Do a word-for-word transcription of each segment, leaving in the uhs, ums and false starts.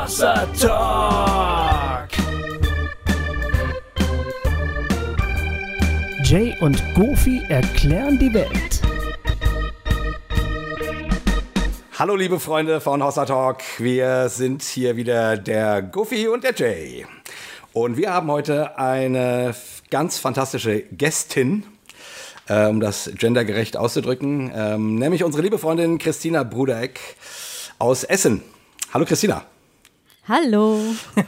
Hossa Talk. Jay und Goofy erklären die Welt. Hallo liebe Freunde von Hossa Talk, wir sind hier wieder der Goofy und der Jay. Und wir haben heute eine ganz fantastische Gästin, äh, um das gendergerecht auszudrücken, ähm, nämlich unsere liebe Freundin Christina Brudereck aus Essen. Hallo Christina. Hallo.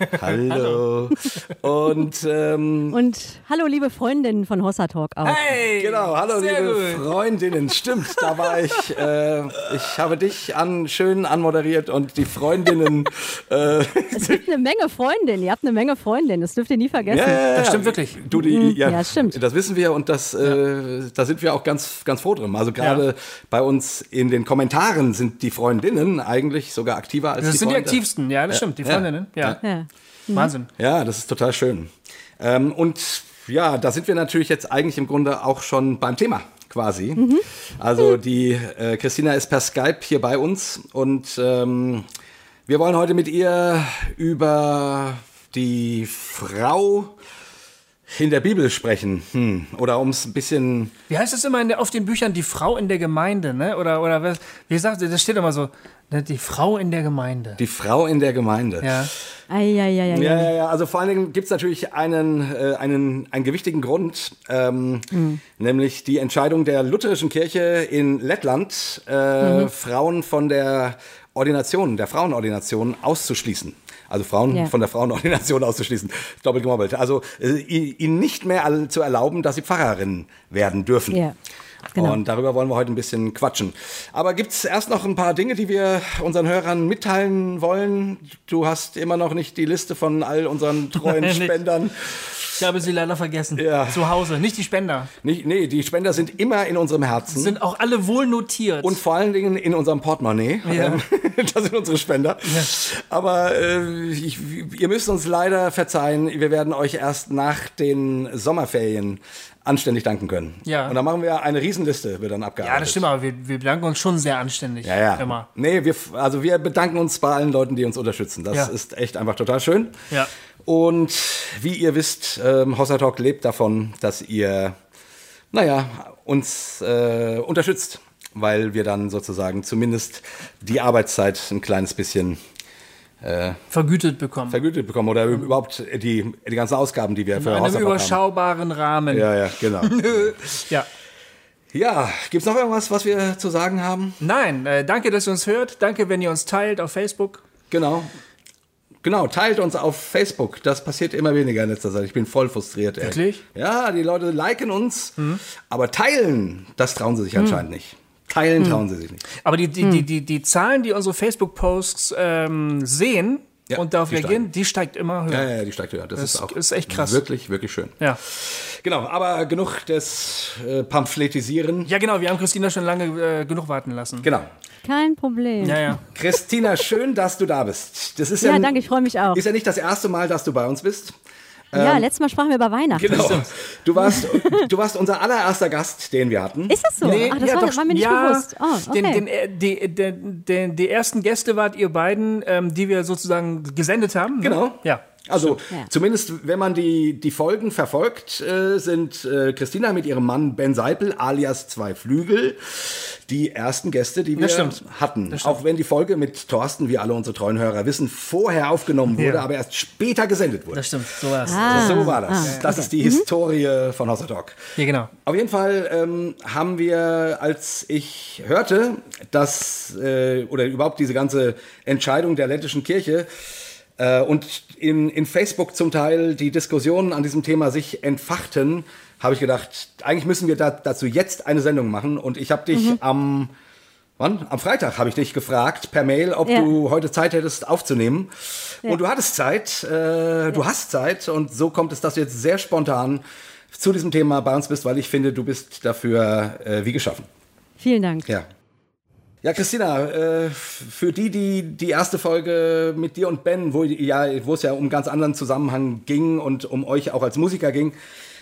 Hallo. Und, ähm, Und hallo, liebe Freundinnen von Hossa Talk auch. Hey, genau, hallo sehr liebe gut. Freundinnen. Stimmt, da war ich. Äh, ich habe dich an, schön anmoderiert und die Freundinnen. Äh, Es gibt eine Menge Freundinnen. Ihr habt eine Menge Freundinnen. Das dürft ihr nie vergessen. ja, Das stimmt wirklich. Du, die, ja, Ja, stimmt. Das wissen wir und das, äh, da sind wir auch ganz, ganz froh drin. Also gerade Ja. bei uns in den Kommentaren sind die Freundinnen eigentlich sogar aktiver als Das die sind die Freunde. aktivsten, ja, das stimmt, die Ja. Freundinnen. Ja. Ja. Wahnsinn. Ja, das ist total schön. Ähm, und ja, da sind wir natürlich jetzt eigentlich im Grunde auch schon beim Thema quasi. Mhm. Also die äh, Christina ist per Skype hier bei uns und ähm, wir wollen heute mit ihr über die Frau in der Bibel sprechen. Hm. Oder um es ein bisschen... Wie heißt es immer in der, auf den Büchern, die Frau in der Gemeinde, ne? Oder, oder was? Wie gesagt, das steht immer so, ne? Die Frau in der Gemeinde. Die Frau in der Gemeinde. Ja. Eieieiei. Ja, ja, ja. Also vor allen Dingen gibt es natürlich einen, äh, einen, einen gewichtigen Grund, ähm, Mhm. nämlich die Entscheidung der lutherischen Kirche in Lettland, äh, Mhm. Frauen von der Ordination, der Frauenordination auszuschließen. Also Frauen Ja. von der Frauenordination auszuschließen. Doppelt gemobbelt. Also äh, ihnen nicht mehr all- zu erlauben, dass sie Pfarrerinnen werden dürfen. Ja, genau. Und darüber wollen wir heute ein bisschen quatschen. Aber gibt es erst noch ein paar Dinge, die wir unseren Hörern mitteilen wollen? Du hast immer noch nicht die Liste von all unseren treuen Nicht. Spendern. Ich habe sie leider vergessen. Ja. Zu Hause, nicht die Spender. Nicht, nee, die Spender sind immer in unserem Herzen. Sind auch alle wohl notiert. Und vor allen Dingen in unserem Portemonnaie. Ja. Ähm, Das sind unsere Spender. Aber äh, ich, ihr müsst uns leider verzeihen, wir werden euch erst nach den Sommerferien anständig danken können. Ja. Und dann machen wir eine Riesenliste, wird dann abgearbeitet. ja, das stimmt, aber wir, wir bedanken uns schon sehr anständig. Ja, ja. Immer. Nee, wir, also wir bedanken uns bei allen Leuten, die uns unterstützen. Das Ja. ist echt einfach total schön. Ja. Und wie ihr wisst, ähm, Hossa Talk lebt davon, dass ihr, naja, uns äh, unterstützt, weil wir dann sozusagen zumindest die Arbeitszeit ein kleines bisschen äh, Vergütet bekommen. vergütet bekommen oder überhaupt die, die ganzen Ausgaben, die wir für In einem Hossa Talk haben. überschaubaren Rahmen. Ja, ja, genau. Ja. Ja, gibt's noch irgendwas, was wir zu sagen haben? Nein, äh, danke, dass ihr uns hört. Danke, wenn ihr uns teilt auf Facebook. Genau. Genau, teilt uns auf Facebook. Das passiert immer weniger in letzter Zeit. Ich bin voll frustriert. Ey. Wirklich? Ja, die Leute liken uns, aber teilen, das trauen sie sich anscheinend nicht. Teilen trauen sie sich nicht. Aber die, die, die, die, die Zahlen, die unsere Facebook-Posts ähm, sehen Ja, und darauf die reagieren, steigen. die steigt immer höher. Ja, ja, die steigt höher. Das, Das ist auch ist echt krass. Wirklich, wirklich schön. Ja. Genau, aber genug des äh, Pamphletisieren. Ja, genau, wir haben Christina schon lange äh, genug warten lassen. Genau. Kein Problem. Ja, ja. Christina, schön, dass du da bist. Das ist Ja, ja, danke, ich freue mich auch. Ist ja nicht das erste Mal, dass du bei uns bist. Ja, letztes Mal sprachen wir über Weihnachten. Genau. Du warst, du warst unser allererster Gast, den wir hatten. Ist das so? Nee, Ach, das ja, war, doch, war mir nicht ja, bewusst. Oh, okay. den, den, äh, die, den, den, die ersten Gäste wart ihr beiden, ähm, die wir sozusagen gesendet haben. Ne? Genau. Ja. Also Ja. zumindest, wenn man die, die Folgen verfolgt, äh, sind äh, Christina mit ihrem Mann Ben Seipel alias Zwei Flügel die ersten Gäste, die wir Das stimmt. hatten. Das stimmt. Auch wenn die Folge mit Thorsten, wie alle unsere treuen Hörer wissen, vorher aufgenommen wurde, Ja. aber erst später gesendet wurde. Das stimmt, so war's. Ah. So war das. Ah, das ist die Historie von Hossa Talk. Ja, genau. Auf jeden Fall ähm, haben wir, als ich hörte, dass, äh, oder überhaupt diese ganze Entscheidung der lettischen Kirche äh, und in, in Facebook zum Teil die Diskussionen an diesem Thema sich entfachten, habe ich gedacht, eigentlich müssen wir da, dazu jetzt eine Sendung machen. Und ich habe dich am, wann? Am Freitag habe ich dich gefragt per Mail, ob Ja. du heute Zeit hättest aufzunehmen. Und du hattest Zeit, äh, du hast Zeit. Und so kommt es, dass du jetzt sehr spontan zu diesem Thema bei uns bist, weil ich finde, du bist dafür äh, wie geschaffen. Vielen Dank. Ja. Ja, Christina, äh, für die, die die erste Folge mit dir und Ben, wo, ja, wo es ja um einen ganz anderen Zusammenhang ging und um euch auch als Musiker ging,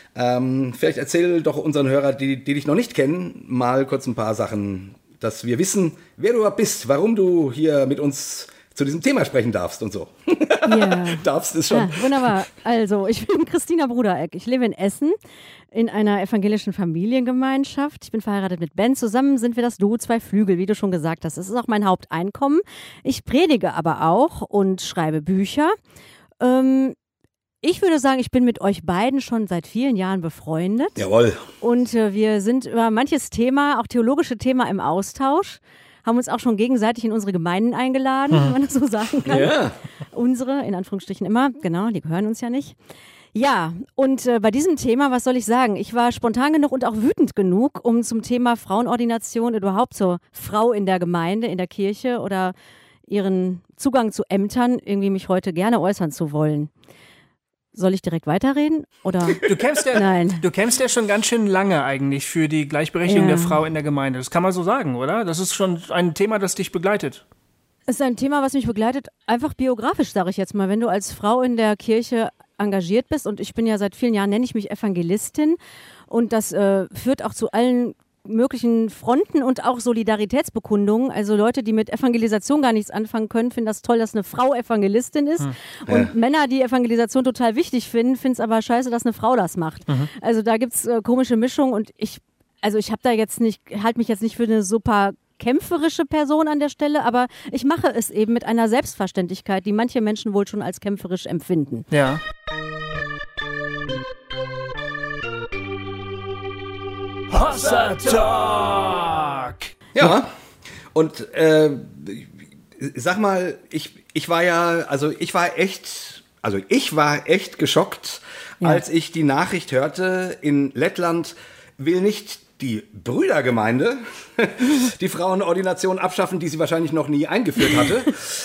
ähm, vielleicht erzähl doch unseren Hörern, die, die dich noch nicht kennen, mal kurz ein paar Sachen, dass wir wissen, wer du überhaupt bist, warum du hier mit uns zu diesem Thema sprechen darfst und so. Ja. Darfst es schon. Ja, wunderbar. Also, ich bin Christina Brudereck. Ich lebe in Essen in einer evangelischen Familiengemeinschaft. Ich bin verheiratet mit Ben. Zusammen sind wir das Duo Zwei Flügel, wie du schon gesagt hast. Das ist auch mein Haupteinkommen. Ich predige aber auch und schreibe Bücher. Ähm, ich würde sagen, ich bin mit euch beiden schon seit vielen Jahren befreundet. Jawohl. Und äh, wir sind über manches Thema, auch theologische Thema, im Austausch. Haben uns auch schon gegenseitig in unsere Gemeinden eingeladen, wenn man das so sagen kann. Ja. Unsere, in Anführungsstrichen immer, genau, die gehören uns ja nicht. Ja, und äh, bei diesem Thema, was soll ich sagen? Ich war spontan genug und auch wütend genug, um zum Thema Frauenordination und überhaupt zur Frau in der Gemeinde, in der Kirche oder ihren Zugang zu Ämtern irgendwie mich heute gerne äußern zu wollen. Soll ich direkt weiterreden? Oder? Du kämpfst ja, Nein. du kämpfst ja schon ganz schön lange eigentlich für die Gleichberechtigung Ja. der Frau in der Gemeinde. Das kann man so sagen, oder? Das ist schon ein Thema, das dich begleitet. Es ist ein Thema, was mich begleitet, einfach biografisch, sage ich jetzt mal. Wenn du als Frau in der Kirche engagiert bist, und ich bin ja seit vielen Jahren, nenne ich mich Evangelistin, und das äh, führt auch zu allen möglichen Fronten und auch Solidaritätsbekundungen. Also Leute, die mit Evangelisation gar nichts anfangen können, finden das toll, dass eine Frau Evangelistin ist. Hm. Und Ja. Männer, die Evangelisation total wichtig finden, finden es aber scheiße, dass eine Frau das macht. Mhm. Also da gibt's äh, komische Mischungen, und ich, also ich habe da jetzt nicht, halte mich jetzt nicht für eine super kämpferische Person an der Stelle, aber ich mache es eben mit einer Selbstverständlichkeit, die manche Menschen wohl schon als kämpferisch empfinden. Ja. Hossa Talk! Ja, und äh, sag mal, ich, ich war ja, also ich war echt, also ich war echt geschockt, Ja. als ich die Nachricht hörte, in Lettland will nicht die Brüdergemeinde die Frauenordination abschaffen, die sie wahrscheinlich noch nie eingeführt hatte,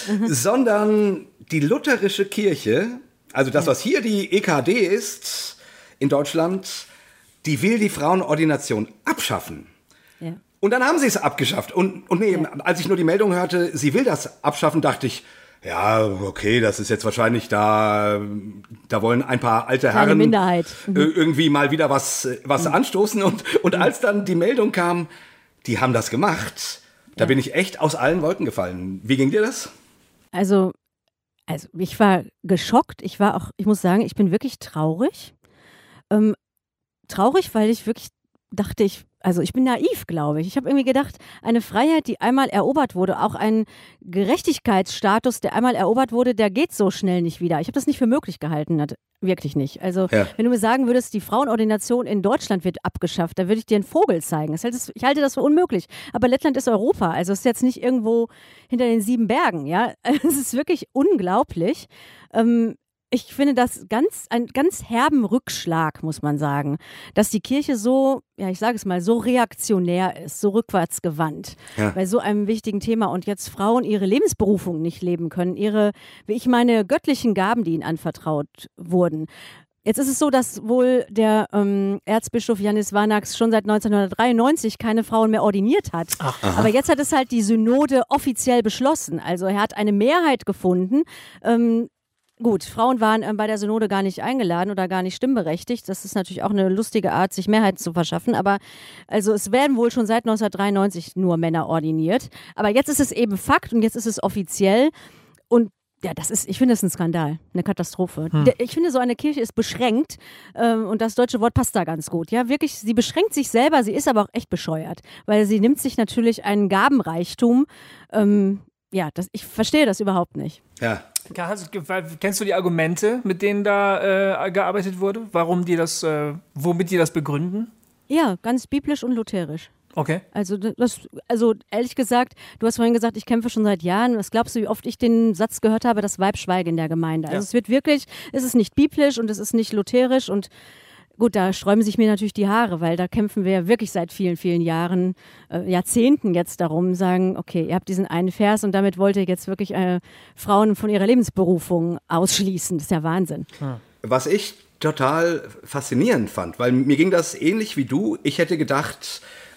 sondern die lutherische Kirche, also das, was hier die E K D ist in Deutschland, die will die Frauenordination abschaffen. Ja. Und dann haben sie es abgeschafft. Und, und nee, Ja. als ich nur die Meldung hörte, sie will das abschaffen, dachte ich, ja, okay, das ist jetzt wahrscheinlich da, da wollen ein paar alte Kleine Herren Minderheit. Mhm. äh, irgendwie mal wieder was, was anstoßen. Und, und als dann die Meldung kam, die haben das gemacht, da Ja. bin ich echt aus allen Wolken gefallen. Wie ging dir das? Also, also ich war geschockt. Ich war auch, ich muss sagen, ich bin wirklich traurig. Ähm, traurig, weil ich wirklich dachte, ich, also ich bin naiv, glaube ich. Ich habe irgendwie gedacht, eine Freiheit, die einmal erobert wurde, auch ein Gerechtigkeitsstatus, der einmal erobert wurde, der geht so schnell nicht wieder. Ich habe das nicht für möglich gehalten, nat- wirklich nicht. Also Ja. wenn du mir sagen würdest, die Frauenordination in Deutschland wird abgeschafft, dann würde ich dir einen Vogel zeigen. Das heißt, ich halte das für unmöglich. Aber Lettland ist Europa, also es ist jetzt nicht irgendwo hinter den sieben Bergen, ja. Es ist wirklich unglaublich. Ähm, Ich finde das ganz, ein ganz herben Rückschlag, muss man sagen, dass die Kirche so, ja, ich sage es mal, so reaktionär ist, so rückwärtsgewandt Ja. bei so einem wichtigen Thema und jetzt Frauen ihre Lebensberufung nicht leben können, ihre, wie ich meine, göttlichen Gaben, die ihnen anvertraut wurden. Jetzt ist es so, dass wohl der ähm, Erzbischof Janis Vanax schon seit neunzehnhundertdreiundneunzig keine Frauen mehr ordiniert hat. Aber jetzt hat es halt die Synode offiziell beschlossen. Also er hat eine Mehrheit gefunden. Ähm, Gut, Frauen waren äh, bei der Synode gar nicht eingeladen oder gar nicht stimmberechtigt. Das ist natürlich auch eine lustige Art, sich Mehrheiten zu verschaffen. Aber also es werden wohl schon seit neunzehnhundertdreiundneunzig nur Männer ordiniert. Aber jetzt ist es eben Fakt und jetzt ist es offiziell. Und ja, das ist, ich finde, das ist ein Skandal, eine Katastrophe. Hm. Der- Ich finde, so eine Kirche ist beschränkt ähm, und das deutsche Wort passt da ganz gut. Ja, wirklich, sie beschränkt sich selber, sie ist aber auch echt bescheuert, weil sie nimmt sich natürlich einen Gabenreichtum. Ähm, ja, das, ich verstehe das überhaupt nicht. Ja. Hast- Kennst du die Argumente, mit denen da äh, gearbeitet wurde? Warum die das, äh, womit die das begründen? Ja, ganz biblisch und lutherisch. Okay. Also das, also ehrlich gesagt, du hast vorhin gesagt, ich kämpfe schon seit Jahren. Was glaubst du, wie oft ich den Satz gehört habe, das Weib schweige in der Gemeinde? Also Ja. es wird wirklich, es ist nicht biblisch und es ist nicht lutherisch und gut, da sträuben sich mir natürlich die Haare, weil da kämpfen wir ja wirklich seit vielen, vielen Jahren, äh, Jahrzehnten jetzt darum, sagen, okay, ihr habt diesen einen Vers und damit wollt ihr jetzt wirklich äh, Frauen von ihrer Lebensberufung ausschließen. Das ist ja Wahnsinn. Was ich total faszinierend fand, weil mir ging das ähnlich wie du. Ich hätte gedacht,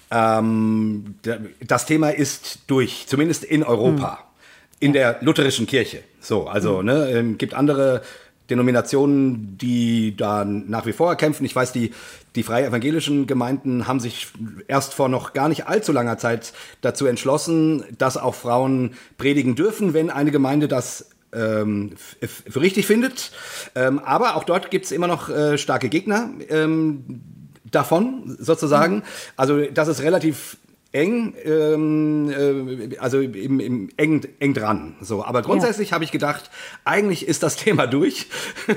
ähm, da- das Thema ist durch, zumindest in Europa, in der lutherischen Kirche. So, also ne, ähm, gibt andere Denominationen, die da nach wie vor kämpfen. Ich weiß, die, die freie evangelischen Gemeinden haben sich erst vor noch gar nicht allzu langer Zeit dazu entschlossen, dass auch Frauen predigen dürfen, wenn eine Gemeinde das ähm, f- für richtig findet. Ähm, aber auch dort gibt es immer noch äh, starke Gegner ähm, davon, sozusagen. Also das ist relativ eng, ähm, äh, also im, im eng, eng dran. So, aber grundsätzlich ja. habe ich gedacht, eigentlich ist das Thema durch.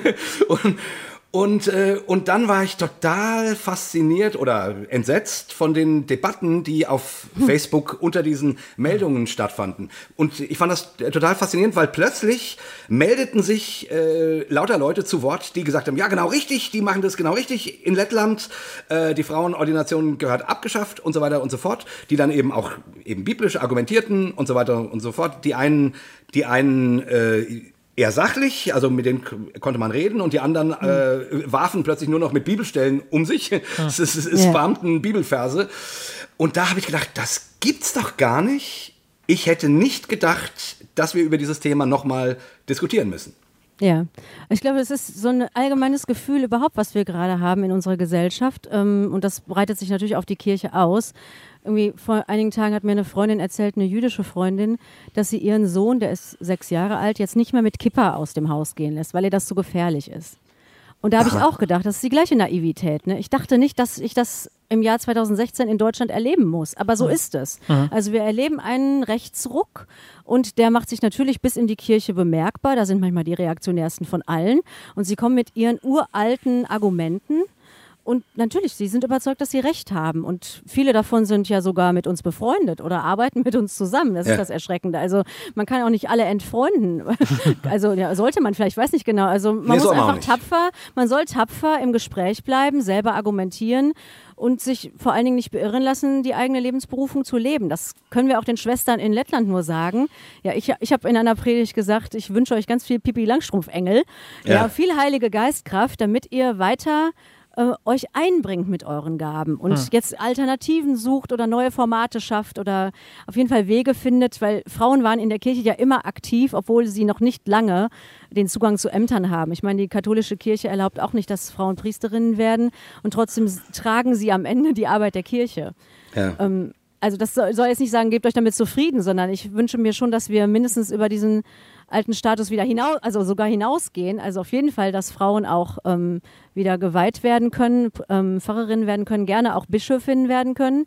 und Und, äh, und dann war ich total fasziniert oder entsetzt von den Debatten, die auf hm. Facebook unter diesen Meldungen stattfanden. Und ich fand das total faszinierend, weil plötzlich meldeten sich äh, lauter Leute zu Wort, die gesagt haben, ja genau richtig, die machen das genau richtig in Lettland, äh, die Frauenordination gehört abgeschafft und so weiter und so fort, die dann eben auch eben biblisch argumentierten und so weiter und so fort. Die einen, die einen äh, eher sachlich, also mit denen konnte man reden und die anderen äh, warfen plötzlich nur noch mit Bibelstellen um sich. Es, es, es ja. spamten Bibelverse. Und da habe ich gedacht, das gibt's doch gar nicht. Ich hätte nicht gedacht, dass wir über dieses Thema nochmal diskutieren müssen. Ja, ich glaube, es ist so ein allgemeines Gefühl überhaupt, was wir gerade haben in unserer Gesellschaft. Ähm, und das breitet sich natürlich auf die Kirche aus. Irgendwie vor einigen Tagen hat mir eine Freundin erzählt, eine jüdische Freundin, dass sie ihren Sohn, der ist sechs Jahre alt, jetzt nicht mehr mit Kippa aus dem Haus gehen lässt, weil ihr das so gefährlich ist. Und da habe ich auch gedacht, das ist die gleiche Naivität. Ne? Ich dachte nicht, dass ich das im Jahr zweitausendsechzehn in Deutschland erleben muss, aber so mhm. ist es. Mhm. Also wir erleben einen Rechtsruck und der macht sich natürlich bis in die Kirche bemerkbar. Da sind manchmal die reaktionärsten von allen und sie kommen mit ihren uralten Argumenten. Und natürlich, sie sind überzeugt, dass sie Recht haben. Und viele davon sind ja sogar mit uns befreundet oder arbeiten mit uns zusammen. Das ja. ist das Erschreckende. Also man kann auch nicht alle entfreunden. Also ja, sollte man vielleicht, ich weiß nicht genau. Also man nee, muss einfach tapfer, man soll tapfer im Gespräch bleiben, selber argumentieren und sich vor allen Dingen nicht beirren lassen, die eigene Lebensberufung zu leben. Das können wir auch den Schwestern in Lettland nur sagen. Ja, ich, ich habe in einer Predigt gesagt, ich wünsche euch ganz viel Pippi Langstrumpf-Engel. Ja. ja, viel Heilige Geistkraft, damit ihr weiter euch einbringt mit euren Gaben und hm. jetzt Alternativen sucht oder neue Formate schafft oder auf jeden Fall Wege findet, weil Frauen waren in der Kirche ja immer aktiv, obwohl sie noch nicht lange den Zugang zu Ämtern haben. Ich meine, die katholische Kirche erlaubt auch nicht, dass Frauen Priesterinnen werden und trotzdem tragen sie am Ende die Arbeit der Kirche. Ja. Ähm, also das soll, soll jetzt nicht sagen, gebt euch damit zufrieden, sondern ich wünsche mir schon, dass wir mindestens über diesen alten Status wieder hinaus, also sogar hinausgehen. Also auf jeden Fall, dass Frauen auch ähm, wieder geweiht werden können, ähm, Pfarrerinnen werden können, gerne auch Bischöfinnen werden können.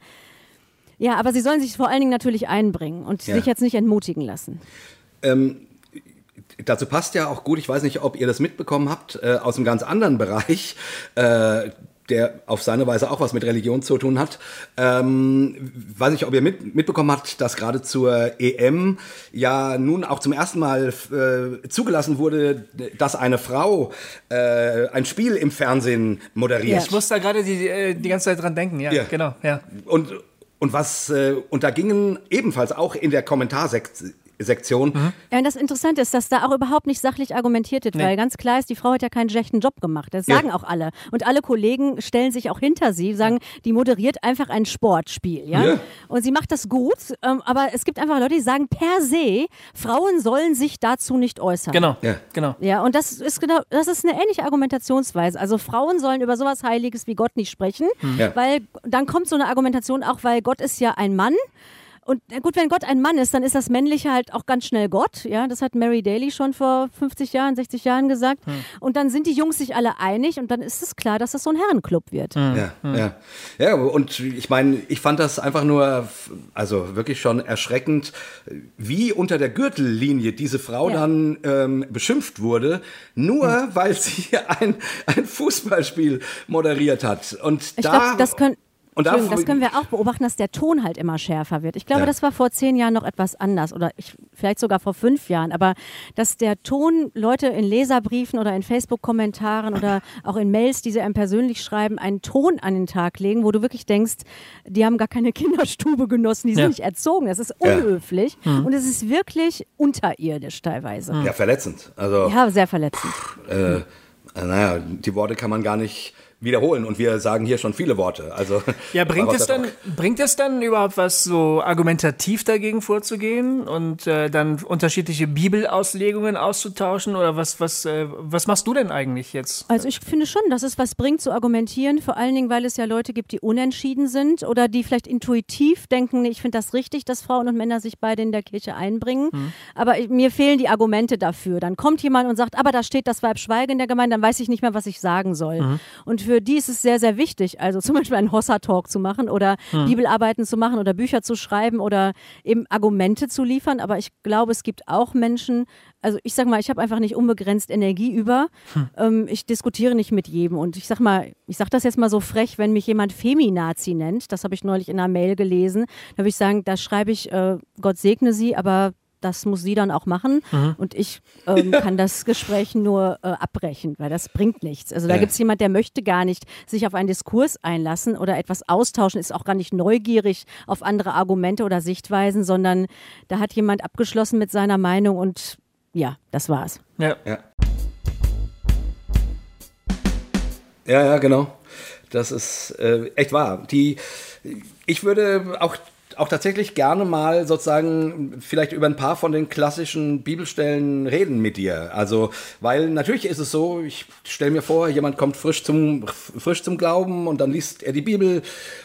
Ja, aber sie sollen sich vor allen Dingen natürlich einbringen und ja. sich jetzt nicht entmutigen lassen. Ähm, dazu passt ja auch gut, ich weiß nicht, ob ihr das mitbekommen habt, äh, aus einem ganz anderen Bereich, äh, der auf seine Weise auch was mit Religion zu tun hat. Ähm, weiß nicht, ob ihr mit, mitbekommen habt, dass gerade zur E M ja nun auch zum ersten Mal äh, zugelassen wurde, dass eine Frau äh, ein Spiel im Fernsehen moderiert. Ja, ich muss da gerade die, die ganze Zeit dran denken, ja, ja. genau. Ja. Und, und, was, äh, und da gingen ebenfalls auch in der Kommentarsektion Sektion. Mhm. Ja, und das Interessante ist, dass da auch überhaupt nicht sachlich argumentiert wird, nee. weil ganz klar ist, die Frau hat ja keinen schlechten Job gemacht. Das sagen ja. auch alle. Und alle Kollegen stellen sich auch hinter sie, sagen, die moderiert einfach ein Sportspiel. Ja? ja. Und sie macht das gut, ähm, aber es gibt einfach Leute, die sagen per se, Frauen sollen sich dazu nicht äußern. Genau, ja. genau. Ja, und das ist genau, das ist eine ähnliche Argumentationsweise. Also Frauen sollen über sowas Heiliges wie Gott nicht sprechen, mhm. ja. weil dann kommt so eine Argumentation auch, weil Gott ist ja ein Mann. Und gut, wenn Gott ein Mann ist, dann ist das Männliche halt auch ganz schnell Gott. Ja, das hat Mary Daly schon vor fünfzig Jahren, sechzig Jahren gesagt. Hm. Und dann sind die Jungs sich alle einig und dann ist es klar, dass das so ein Herrenclub wird. Hm. Ja, hm. ja. Ja, und ich meine, ich fand das einfach nur, also wirklich schon erschreckend, wie unter der Gürtellinie diese Frau ja. dann ähm, beschimpft wurde, nur hm. weil sie ein, ein Fußballspiel moderiert hat. Und ich da glaub, das können Und da, das können wir auch beobachten, dass der Ton halt immer schärfer wird. Ich glaube, ja. das war vor zehn Jahren noch etwas anders oder ich, vielleicht sogar vor fünf Jahren. Aber dass der Ton Leute in Leserbriefen oder in Facebook-Kommentaren oder auch in Mails, die sie einem persönlich schreiben, einen Ton an den Tag legen, wo du wirklich denkst, die haben gar keine Kinderstube genossen, die sind ja. nicht erzogen. Das ist unhöflich ja. mhm. und es ist wirklich unterirdisch teilweise. Ja, verletzend. Also, ja, sehr verletzend. Äh, naja, die Worte kann man gar nicht wiederholen und wir sagen hier schon viele Worte. Also ja, bringt es dann bringt es dann überhaupt was, so argumentativ dagegen vorzugehen und äh, dann unterschiedliche Bibelauslegungen auszutauschen oder was was äh, was machst du denn eigentlich jetzt? Also ich finde schon, dass es was bringt zu argumentieren, vor allen Dingen, weil es ja Leute gibt, die unentschieden sind oder die vielleicht intuitiv denken, ich finde das richtig, dass Frauen und Männer sich beide in der Kirche einbringen, hm. aber ich, mir fehlen die Argumente dafür. Dann kommt jemand und sagt, aber da steht das Weib Schweige in der Gemeinde, dann weiß ich nicht mehr, was ich sagen soll. Hm. Und für die ist es sehr, sehr wichtig, also zum Beispiel einen Hossa-Talk zu machen oder hm. Bibelarbeiten zu machen oder Bücher zu schreiben oder eben Argumente zu liefern. Aber ich glaube, es gibt auch Menschen, also ich sag mal, ich habe einfach nicht unbegrenzt Energie über. Hm. Ähm, ich diskutiere nicht mit jedem. Und ich sag mal, ich sag das jetzt mal so frech, wenn mich jemand Feminazi nennt, das habe ich neulich in einer Mail gelesen, da würde ich sagen, da schreibe ich, äh, Gott segne sie, aber das muss sie dann auch machen mhm. und ich ähm, kann das Gespräch nur äh, abbrechen, weil das bringt nichts. Also da ja. gibt es jemand, der möchte gar nicht sich auf einen Diskurs einlassen oder etwas austauschen, ist auch gar nicht neugierig auf andere Argumente oder Sichtweisen, sondern da hat jemand abgeschlossen mit seiner Meinung und ja, das war's. Ja, ja, ja, ja genau. Das ist äh, echt wahr. Die, ich würde auch auch tatsächlich gerne mal sozusagen vielleicht über ein paar von den klassischen Bibelstellen reden mit dir. Also, weil natürlich ist es so, ich stelle mir vor, jemand kommt frisch zum, frisch zum Glauben und dann liest er die Bibel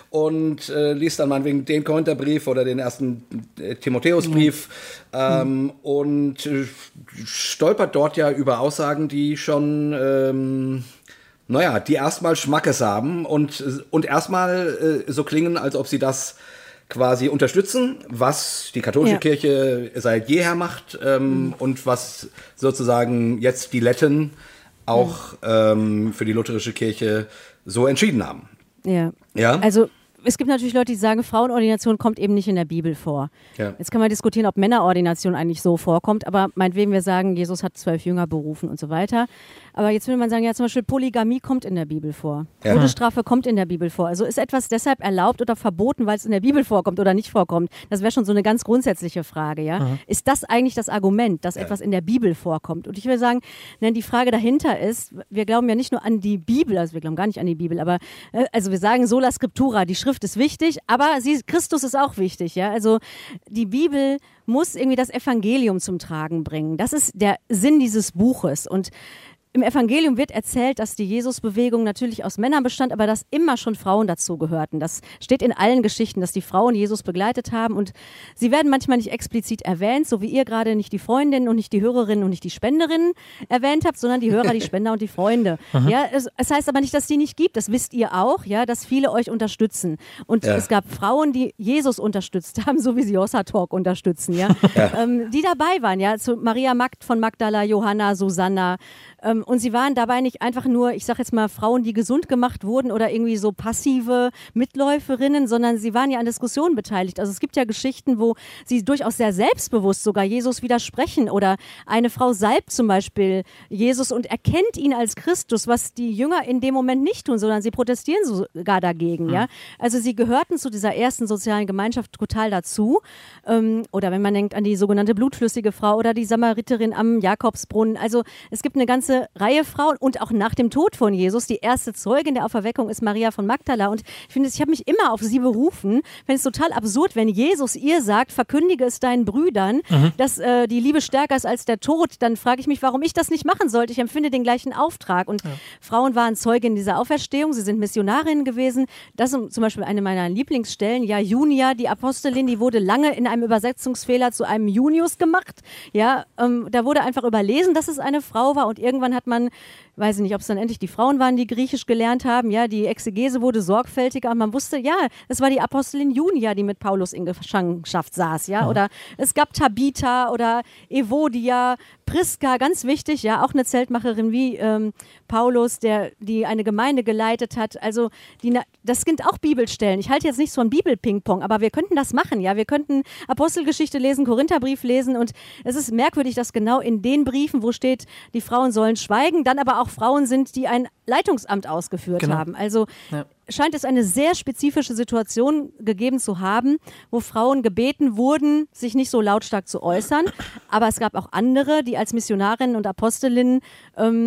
und äh, liest dann meinetwegen den Korintherbrief oder den ersten äh, Timotheusbrief mhm. ähm, und äh, stolpert dort ja über Aussagen, die schon... Ähm, naja, die erstmal Schmackes haben und, und erstmal äh, so klingen, als ob sie das quasi unterstützen, was die katholische ja. Kirche seit jeher macht ähm, mhm. und was sozusagen jetzt die Letten auch mhm. ähm, für die lutherische Kirche so entschieden haben. Ja, ja? Also es gibt natürlich Leute, die sagen, Frauenordination kommt eben nicht in der Bibel vor. Ja. Jetzt kann man diskutieren, ob Männerordination eigentlich so vorkommt, aber meinetwegen wir sagen, Jesus hat zwölf Jünger berufen und so weiter. Aber jetzt würde man sagen, ja zum Beispiel Polygamie kommt in der Bibel vor. Ja. Todesstrafe kommt in der Bibel vor. Also ist etwas deshalb erlaubt oder verboten, weil es in der Bibel vorkommt oder nicht vorkommt? Das wäre schon so eine ganz grundsätzliche Frage. Ja? Mhm. Ist das eigentlich das Argument, dass ja. etwas in der Bibel vorkommt? Und ich würde sagen, ne, die Frage dahinter ist, wir glauben ja nicht nur an die Bibel, also wir glauben gar nicht an die Bibel, aber äh, also wir sagen Sola Scriptura, die Schrift ist wichtig, aber sie, Christus ist auch wichtig. Ja? Also die Bibel muss irgendwie das Evangelium zum Tragen bringen. Das ist der Sinn dieses Buches. Und im Evangelium wird erzählt, dass die Jesusbewegung natürlich aus Männern bestand, aber dass immer schon Frauen dazu gehörten. Das steht in allen Geschichten, dass die Frauen Jesus begleitet haben und sie werden manchmal nicht explizit erwähnt, so wie ihr gerade nicht die Freundinnen und nicht die Hörerinnen und nicht die Spenderinnen erwähnt habt, sondern die Hörer, die Spender und die Freunde. Ja, es, es heißt aber nicht, dass die nicht gibt. Das wisst ihr auch, ja, dass viele euch unterstützen. Und ja. es gab Frauen, die Jesus unterstützt haben, so wie sie Hossa Talk unterstützen, ja, ja. Ähm, die dabei waren, ja, zu Maria Magd von Magdala, Johanna, Susanna. Ähm, und sie waren dabei nicht einfach nur, ich sag jetzt mal, Frauen, die gesund gemacht wurden oder irgendwie so passive Mitläuferinnen, sondern sie waren ja an Diskussionen beteiligt. Also es gibt ja Geschichten, wo sie durchaus sehr selbstbewusst sogar Jesus widersprechen oder eine Frau salbt zum Beispiel Jesus und erkennt ihn als Christus, was die Jünger in dem Moment nicht tun, sondern sie protestieren sogar dagegen. Mhm. Ja? Also sie gehörten zu dieser ersten sozialen Gemeinschaft total dazu. Ähm, oder wenn man denkt an die sogenannte blutflüssige Frau oder die Samariterin am Jakobsbrunnen. Also es gibt eine ganze Reihe Frauen und auch nach dem Tod von Jesus, die erste Zeugin der Auferweckung ist Maria von Magdala und ich finde, ich habe mich immer auf sie berufen. Ich finde es total absurd, wenn Jesus ihr sagt, verkündige es deinen Brüdern, mhm. dass äh, die Liebe stärker ist als der Tod, dann frage ich mich, warum ich das nicht machen sollte. Ich empfinde den gleichen Auftrag und ja. Frauen waren Zeuginnen dieser Auferstehung, sie sind Missionarinnen gewesen. Das ist zum Beispiel eine meiner Lieblingsstellen. Ja, Junia, die Apostelin, die wurde lange in einem Übersetzungsfehler zu einem Junius gemacht. Ja, ähm, da wurde einfach überlesen, dass es eine Frau war und irgendwann hat man, weiß ich nicht, ob es dann endlich die Frauen waren, die Griechisch gelernt haben, ja, die Exegese wurde sorgfältiger und man wusste, ja, es war die Apostelin Junia, die mit Paulus in Gefangenschaft saß, ja, mhm. oder es gab Tabitha oder Evodia, Priska, ganz wichtig, ja, auch eine Zeltmacherin wie ähm, Paulus, der, die eine Gemeinde geleitet hat, also die, das sind auch Bibelstellen. Ich halte jetzt nicht so ein Bibel-Ping-Pong, aber wir könnten das machen, ja, wir könnten Apostelgeschichte lesen, Korintherbrief lesen und es ist merkwürdig, dass genau in den Briefen, wo steht, die Frauen sollen schweigen, dann aber auch Frauen sind, die ein Leitungsamt ausgeführt genau. haben. Also ja. scheint es eine sehr spezifische Situation gegeben zu haben, wo Frauen gebeten wurden, sich nicht so lautstark zu äußern. Aber es gab auch andere, die als Missionarinnen und Apostelinnen ähm,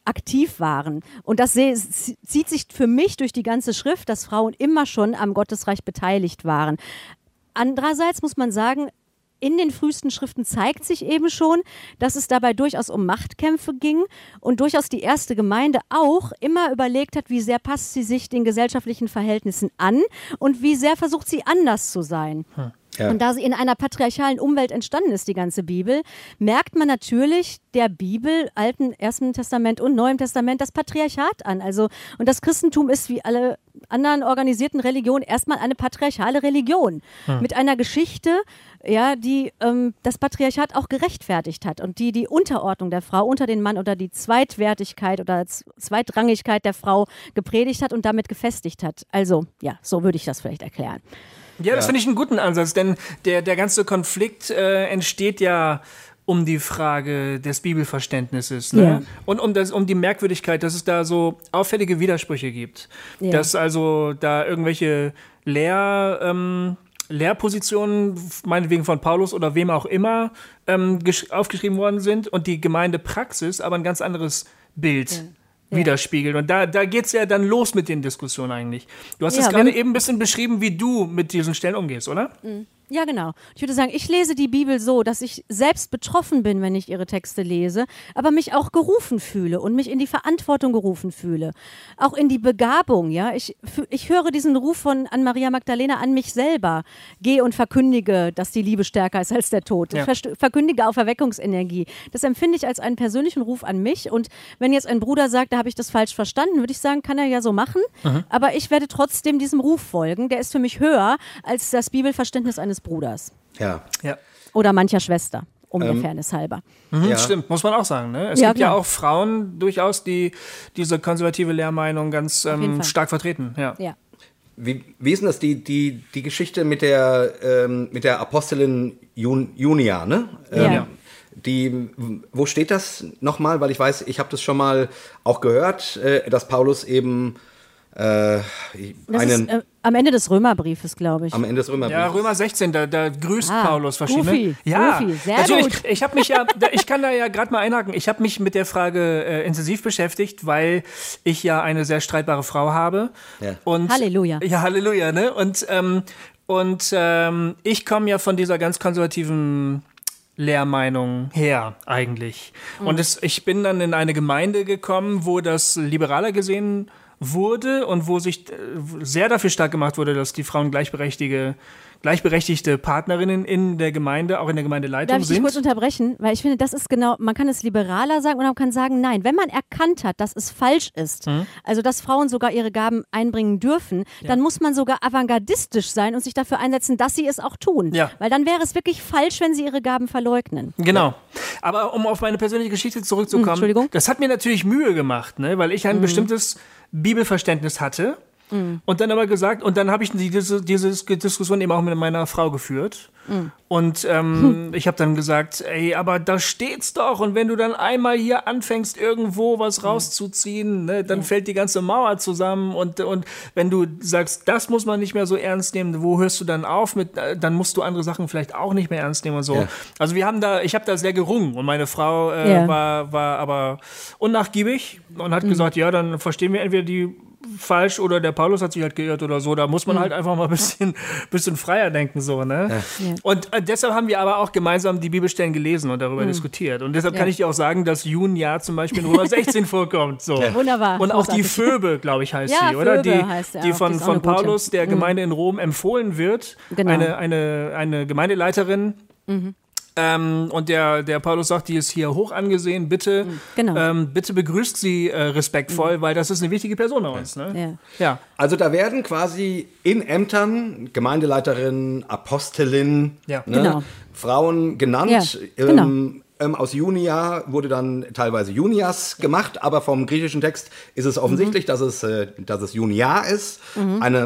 aktiv waren. Und das seh, zieht sich für mich durch die ganze Schrift, dass Frauen immer schon am Gottesreich beteiligt waren. Andererseits muss man sagen, in den frühesten Schriften zeigt sich eben schon, dass es dabei durchaus um Machtkämpfe ging und durchaus die erste Gemeinde auch immer überlegt hat, wie sehr passt sie sich den gesellschaftlichen Verhältnissen an und wie sehr versucht sie anders zu sein. Hm. Ja. Und da sie in einer patriarchalen Umwelt entstanden ist, die ganze Bibel, merkt man natürlich der Bibel, Alten, Ersten Testament und Neuem Testament, das Patriarchat an. Also, und das Christentum ist wie alle anderen organisierten Religionen erstmal eine patriarchale Religion hm. mit einer Geschichte, ja, die ähm, das Patriarchat auch gerechtfertigt hat und die die Unterordnung der Frau unter den Mann oder die Zweitwertigkeit oder Z- Zweitrangigkeit der Frau gepredigt hat und damit gefestigt hat. Also, ja, so würde ich das vielleicht erklären. Ja, das ja. finde ich einen guten Ansatz, denn der, der ganze Konflikt äh, entsteht ja um die Frage des Bibelverständnisses, ne? Ja. Und um, das, um die Merkwürdigkeit, dass es da so auffällige Widersprüche gibt. Ja. Dass also da irgendwelche Lehr, ähm, Lehrpositionen, meinetwegen von Paulus oder wem auch immer, ähm, gesch- aufgeschrieben worden sind und die Gemeindepraxis aber ein ganz anderes Bild ja. widerspiegelt. Und da, da geht es ja dann los mit den Diskussionen eigentlich. Du hast es ja, gerade eben ein bisschen beschrieben, wie du mit diesen Stellen umgehst, oder? Mhm. Ja, genau. Ich würde sagen, ich lese die Bibel so, dass ich selbst betroffen bin, wenn ich ihre Texte lese, aber mich auch gerufen fühle und mich in die Verantwortung gerufen fühle. Auch in die Begabung, ja. Ich, ich höre diesen Ruf von an Maria Magdalena an mich selber. Geh und verkündige, dass die Liebe stärker ist als der Tod. Ja. Verkündige Auferweckungsenergie. Das empfinde ich als einen persönlichen Ruf an mich. Und wenn jetzt ein Bruder sagt, da habe ich das falsch verstanden, würde ich sagen, kann er ja so machen. Mhm. Aber ich werde trotzdem diesem Ruf folgen. Der ist für mich höher als das Bibelverständnis eines Bruders. Ja. ja. Oder mancher Schwester, um ähm, der Fairness halber. Mhm, ja. Stimmt, muss man auch sagen. Ne? Es ja, gibt klar. ja auch Frauen durchaus, die diese konservative Lehrmeinung ganz ähm, stark vertreten. Ja. ja. Wie, wie ist denn das, die, die, die Geschichte mit der, ähm, mit der Apostelin Jun, Junia, ne? Ähm, ja. Die, wo steht das nochmal? Weil ich weiß, ich habe das schon mal auch gehört, äh, dass Paulus eben Äh, das einen, ist äh, am Ende des Römerbriefes, glaube ich. Am Ende des Römerbriefes. Ja, Römer sechzehn, da, da grüßt ah, Paulus verschiedene. Goofy, ja, Goofy, sehr natürlich. gut. Ich, ich habe mich ja, ich kann da ja gerade mal einhaken. Ich habe mich mit der Frage äh, intensiv beschäftigt, weil ich ja eine sehr streitbare Frau habe. Ja. Und, Halleluja. Ja, Halleluja, ne? Und ähm, und ähm, ich komme ja von dieser ganz konservativen Lehrmeinung her eigentlich. Mhm. Und es, ich bin dann in eine Gemeinde gekommen, wo das liberaler gesehen wurde und wo sich sehr dafür stark gemacht wurde, dass die Frauen gleichberechtigte, gleichberechtigte Partnerinnen in der Gemeinde, auch in der Gemeindeleitung Darf ich dich sind. kurz unterbrechen? Weil ich finde, das ist genau, man kann es liberaler sagen oder man kann sagen, nein, wenn man erkannt hat, dass es falsch ist, mhm. also dass Frauen sogar ihre Gaben einbringen dürfen, ja. dann muss man sogar avantgardistisch sein und sich dafür einsetzen, dass sie es auch tun. Ja. Weil dann wäre es wirklich falsch, wenn sie ihre Gaben verleugnen. Genau. Aber um auf meine persönliche Geschichte zurückzukommen, mhm, Entschuldigung. Das hat mir natürlich Mühe gemacht, ne? Weil ich ein mhm. bestimmtes Bibelverständnis hatte mm. und dann aber gesagt, und dann habe ich diese, diese Diskussion eben auch mit meiner Frau geführt mm. und ähm, hm. ich habe dann gesagt, ey, aber da steht's doch und wenn du dann einmal hier anfängst, irgendwo was rauszuziehen, ne, dann ja. fällt die ganze Mauer zusammen und, und wenn du sagst, das muss man nicht mehr so ernst nehmen, wo hörst du dann auf mit, dann musst du andere Sachen vielleicht auch nicht mehr ernst nehmen und so. Ja. Also wir haben da, ich habe da sehr gerungen und meine Frau äh, ja. war, war aber unnachgiebig und hat mm. gesagt, ja, dann verstehen wir entweder die falsch oder der Paulus hat sich halt geirrt oder so. Da muss man mhm. halt einfach mal ein bisschen, bisschen freier denken. So, ne? Ja. Ja. Und äh, deshalb haben wir aber auch gemeinsam die Bibelstellen gelesen und darüber mhm. diskutiert. Und deshalb ja. kann ich dir auch sagen, dass Junia zum Beispiel in Römer sechzehn vorkommt. So. Ja. Wunderbar. Und auch die Phoebe, glaube ich, heißt ja, sie, oder? Phoebe Die, heißt die von, die von Paulus, gute. der Gemeinde in Rom, empfohlen wird. Genau. Eine, eine, eine Gemeindeleiterin. Mhm. Ähm, und der, der Paulus sagt, die ist hier hoch angesehen, bitte, genau. ähm, bitte begrüßt sie äh, respektvoll, mhm. weil das ist eine wichtige Person bei uns. Ne? Ja. Ja. Also da werden quasi in Ämtern Gemeindeleiterin, Apostelin, ja. ne, genau. Frauen genannt. Ja. Genau. Ähm, ähm, aus Junia wurde dann teilweise Junias gemacht, aber vom griechischen Text ist es offensichtlich, mhm. dass, es, äh, dass es Junia ist, mhm. eine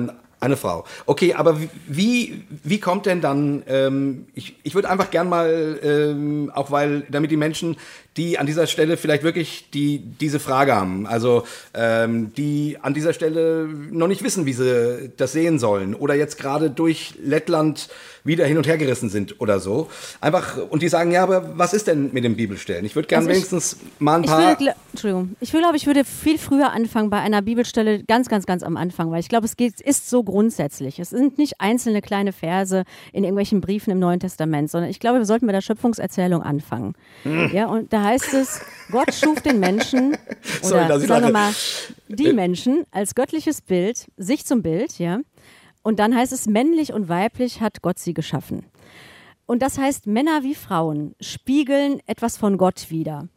Eine Frau. Okay, aber wie, wie kommt denn dann, ähm, ich, ich würde einfach gern mal, ähm, auch weil, damit die Menschen, die an dieser Stelle vielleicht wirklich die, diese Frage haben, also ähm, die an dieser Stelle noch nicht wissen, wie sie das sehen sollen oder jetzt gerade durch Lettland wieder hin und her gerissen sind oder so. Einfach, und die sagen, ja, aber was ist denn mit den Bibelstellen? Ich würde gerne also wenigstens mal ein paar... Ich würde, Entschuldigung, ich glaube, ich würde viel früher anfangen bei einer Bibelstelle, ganz, ganz, ganz am Anfang, weil ich glaube, es geht, ist so grundsätzlich. Es sind nicht einzelne kleine Verse in irgendwelchen Briefen im Neuen Testament, sondern ich glaube, wir sollten mit der Schöpfungserzählung anfangen. Hm. Ja, und da heißt es, Gott schuf den Menschen, oder Sorry, sagen wir mal, die Menschen als göttliches Bild, sich zum Bild, ja. Und dann heißt es, männlich und weiblich hat Gott sie geschaffen. Und das heißt, Männer wie Frauen spiegeln etwas von Gott wider.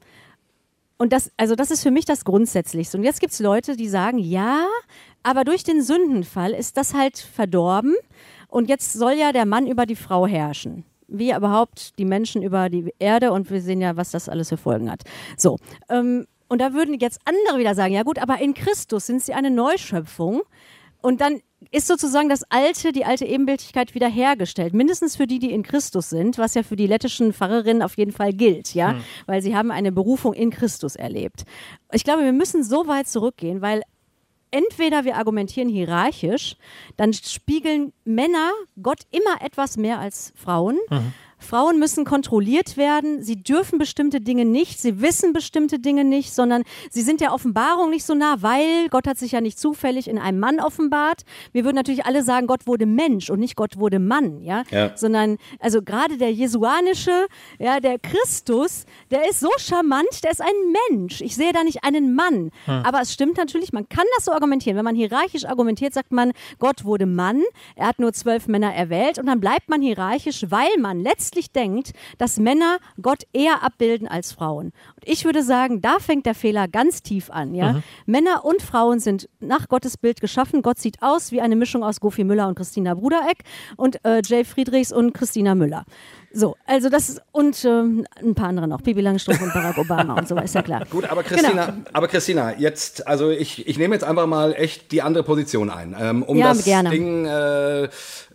Und das, also das ist für mich das Grundsätzlichste. Und jetzt gibt es Leute, die sagen, ja, aber durch den Sündenfall ist das halt verdorben. Und jetzt soll ja der Mann über die Frau herrschen. Wie überhaupt die Menschen über die Erde. Und wir sehen ja, was das alles für Folgen hat. So, ähm, und da würden jetzt andere wieder sagen, ja gut, aber in Christus sind sie eine Neuschöpfung. Und dann ist sozusagen das alte, die alte Ebenbildlichkeit wiederhergestellt. Mindestens für die, die in Christus sind, was ja für die lettischen Pfarrerinnen auf jeden Fall gilt, ja, hm. weil sie haben eine Berufung in Christus erlebt. Ich glaube, wir müssen so weit zurückgehen, weil entweder wir argumentieren hierarchisch, dann spiegeln Männer Gott immer etwas mehr als Frauen. Mhm. Frauen müssen kontrolliert werden, sie dürfen bestimmte Dinge nicht, sie wissen bestimmte Dinge nicht, sondern sie sind der Offenbarung nicht so nah, weil Gott hat sich ja nicht zufällig in einem Mann offenbart. Wir würden natürlich alle sagen, Gott wurde Mensch und nicht Gott wurde Mann, ja, ja. sondern also gerade der jesuanische, ja, der Christus, der ist so charmant, der ist ein Mensch. Ich sehe da nicht einen Mann, hm. aber es stimmt natürlich, man kann das so argumentieren. Wenn man hierarchisch argumentiert, sagt man, Gott wurde Mann, er hat nur zwölf Männer erwählt und dann bleibt man hierarchisch, weil man letztlich denkt, dass Männer Gott eher abbilden als Frauen. Und ich würde sagen, da fängt der Fehler ganz tief an. Ja? Mhm. Männer und Frauen sind nach Gottes Bild geschaffen. Gott sieht aus wie eine Mischung aus Gofi Müller und Christina Brudereck und äh, Jay Friedrichs und Christina Müller. So, also das ist, und äh, ein paar andere noch, Pippi Langstrumpf und Barack Obama und so, ist ja klar. Gut, aber Christina, genau. aber Christina, jetzt, also ich, ich nehme jetzt einfach mal echt die andere Position ein, ähm, um ja, das gerne. Ding, äh,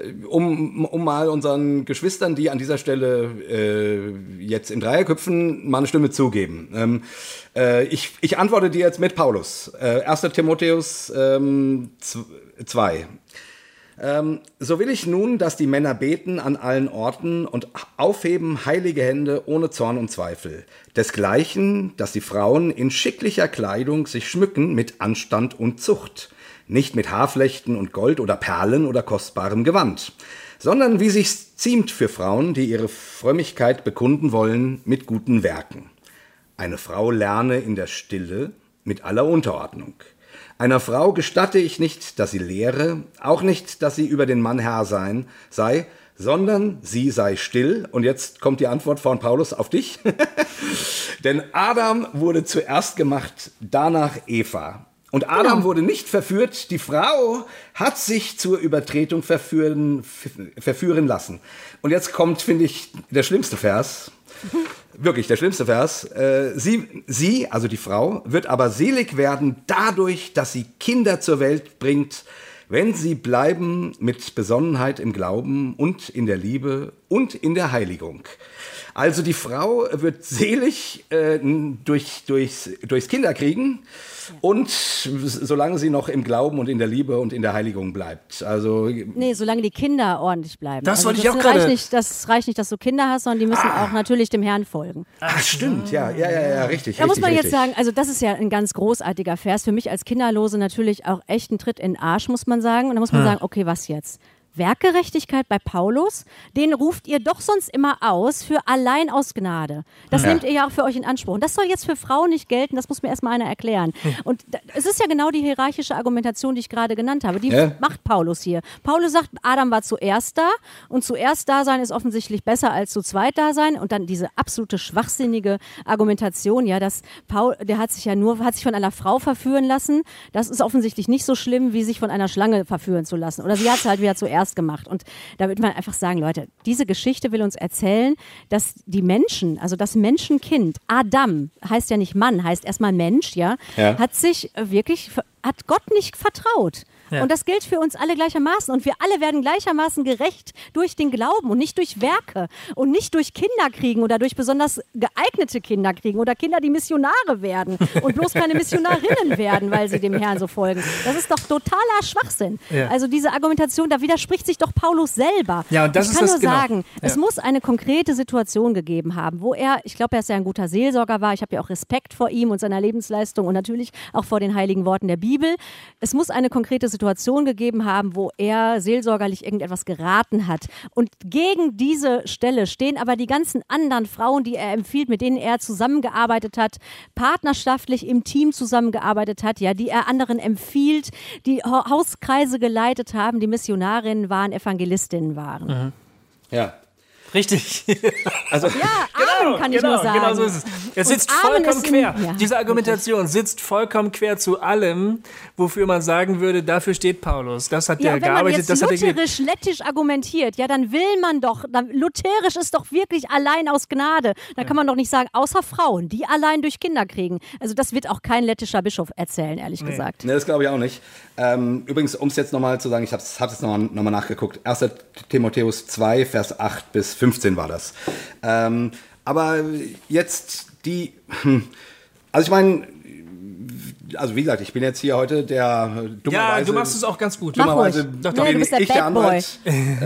um, um mal unseren Geschwistern, die an dieser Stelle äh, jetzt in Dreierköpfen mal eine Stimme zugeben. Ähm, äh, ich, ich antworte dir jetzt mit Paulus, äh, erster Timotheus ähm, zwei. Ähm, so will ich nun, dass die Männer beten an allen Orten und aufheben heilige Hände ohne Zorn und Zweifel. Desgleichen, dass die Frauen in schicklicher Kleidung sich schmücken mit Anstand und Zucht, nicht mit Haarflechten und Gold oder Perlen oder kostbarem Gewand, sondern wie sich's ziemt für Frauen, die ihre Frömmigkeit bekunden wollen mit guten Werken. Eine Frau lerne in der Stille mit aller Unterordnung. Einer Frau gestatte ich nicht, dass sie lehre, auch nicht, dass sie über den Mann Herr sein, sei, sondern sie sei still. Und jetzt kommt die Antwort von Paulus auf dich. Denn Adam wurde zuerst gemacht, danach Eva. Und Adam genau. wurde nicht verführt, die Frau hat sich zur Übertretung verführen, verführen lassen. Und jetzt kommt, finde ich, der schlimmste Vers. Wirklich, der schlimmste Vers. Äh, sie, sie, also die Frau, wird aber selig werden dadurch, dass sie Kinder zur Welt bringt, wenn sie bleiben mit Besonnenheit im Glauben und in der Liebe und in der Heiligung. Also die Frau wird selig äh, durch, durchs, durchs Kinderkriegen und solange sie noch im Glauben und in der Liebe und in der Heiligung bleibt. Also nee, solange die Kinder ordentlich bleiben. Das also wollte das ich auch gerade. Nicht, das reicht nicht, dass du Kinder hast, sondern die müssen ah. auch natürlich dem Herrn folgen. Ach, stimmt, ja, ja, ja, ja richtig. Da richtig, muss man richtig. jetzt sagen, also das ist ja ein ganz großartiger Vers. Für mich als Kinderlose natürlich auch echt ein Tritt in den Arsch, muss man sagen. Und da muss man hm. sagen, okay, was jetzt? Werkgerechtigkeit bei Paulus, den ruft ihr doch sonst immer aus für allein aus Gnade. Das ja. nehmt ihr ja auch für euch in Anspruch. Und das soll jetzt für Frauen nicht gelten, das muss mir erstmal einer erklären. Hm. Und da, es ist ja genau die hierarchische Argumentation, die ich gerade genannt habe. Die ja. macht Paulus hier. Paulus sagt, Adam war zuerst da und zuerst da sein ist offensichtlich besser als zu zweit da sein. Und dann diese absolute schwachsinnige Argumentation, ja, dass Paul, der hat sich ja nur, hat sich von einer Frau verführen lassen. Das ist offensichtlich nicht so schlimm, wie sich von einer Schlange verführen zu lassen. Oder sie hat es halt wieder zuerst gemacht. Und da würde man einfach sagen, Leute, diese Geschichte will uns erzählen, dass die Menschen, also das Menschenkind, Adam, heißt ja nicht Mann, heißt erstmal Mensch, ja, ja. hat sich wirklich, hat Gott nicht vertraut. Ja. Und das gilt für uns alle gleichermaßen. Und wir alle werden gleichermaßen gerecht durch den Glauben und nicht durch Werke und nicht durch Kinderkriegen oder durch besonders geeignete Kinderkriegen oder Kinder, die Missionare werden und bloß keine Missionarinnen werden, weil sie dem Herrn so folgen. Das ist doch totaler Schwachsinn. Ja. Also diese Argumentation, da widerspricht sich doch Paulus selber. Ja, und das ich ist kann das nur genau. sagen, ja. es muss eine konkrete Situation gegeben haben, wo er, ich glaube, er ist ja ein guter Seelsorger war, ich habe ja auch Respekt vor ihm und seiner Lebensleistung und natürlich auch vor den heiligen Worten der Bibel. Es muss eine konkrete Situation gegeben haben, wo er seelsorgerlich irgendetwas geraten hat. Und gegen diese Stelle stehen aber die ganzen anderen Frauen, die er empfiehlt, mit denen er zusammengearbeitet hat, partnerschaftlich im Team zusammengearbeitet hat, ja, die er anderen empfiehlt, die Hauskreise geleitet haben, die Missionarinnen waren, Evangelistinnen waren. Mhm. Ja. Richtig. Also, ja, Amen genau, kann ich genau, nur sagen. Genau so ist es. Es sitzt vollkommen quer. In, ja, Diese Argumentation wirklich. sitzt vollkommen quer zu allem, wofür man sagen würde, dafür steht Paulus. Das hat ja, der gearbeitet. Wenn man jetzt lutherisch-lettisch argumentiert, ja, dann will man doch, dann, lutherisch ist doch wirklich allein aus Gnade. Da ja. kann man doch nicht sagen, außer Frauen, die allein durch Kinder kriegen. Also das wird auch kein lettischer Bischof erzählen, ehrlich nee. gesagt. Nee, das glaube ich auch nicht. Ähm, übrigens, um es jetzt nochmal zu sagen, ich habe es jetzt nochmal noch mal nachgeguckt. erster Timotheus zwei, Vers acht bis fünfzehn war das. Ähm, aber jetzt die, also ich meine, also wie gesagt, ich bin jetzt hier heute der dummerweise... Ja, du machst es auch ganz gut. Dummerweise Doch, doch. Nee, du bist der ich Bad der Anwalt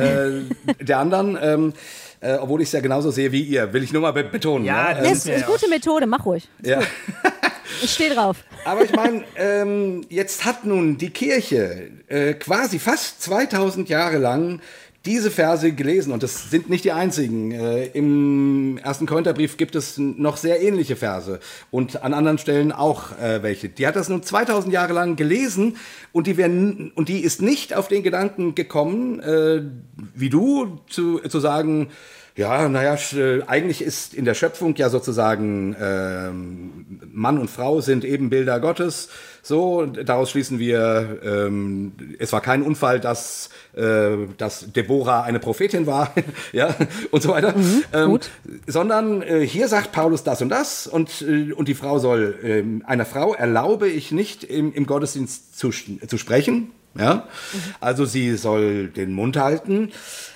äh, der anderen, ähm, äh, obwohl ich es ja genauso sehe wie ihr, will ich nur mal be- betonen. Ja, ne? das ist eine gute Methode, mach ruhig. Ist ja. gut. Ich stehe drauf. Aber ich meine, ähm, jetzt hat nun die Kirche äh, quasi fast zweitausend Jahre lang diese Verse gelesen und das sind nicht die einzigen. Äh, Im ersten Korintherbrief gibt es noch sehr ähnliche Verse und an anderen Stellen auch äh, welche. Die hat das nun zweitausend Jahre lang gelesen und die, werden, und die ist nicht auf den Gedanken gekommen, äh, wie du, zu, zu sagen, ja, naja, eigentlich ist in der Schöpfung ja sozusagen ähm, Mann und Frau sind Ebenbilder Gottes. So, daraus schließen wir, ähm, es war kein Unfall, dass, äh, dass Deborah eine Prophetin war, ja, und so weiter. Mhm, ähm, gut. Sondern äh, hier sagt Paulus das und das und, äh, und die Frau soll, äh, einer Frau erlaube ich nicht im, im Gottesdienst zu, zu sprechen. Ja? Mhm. Also sie soll den Mund halten.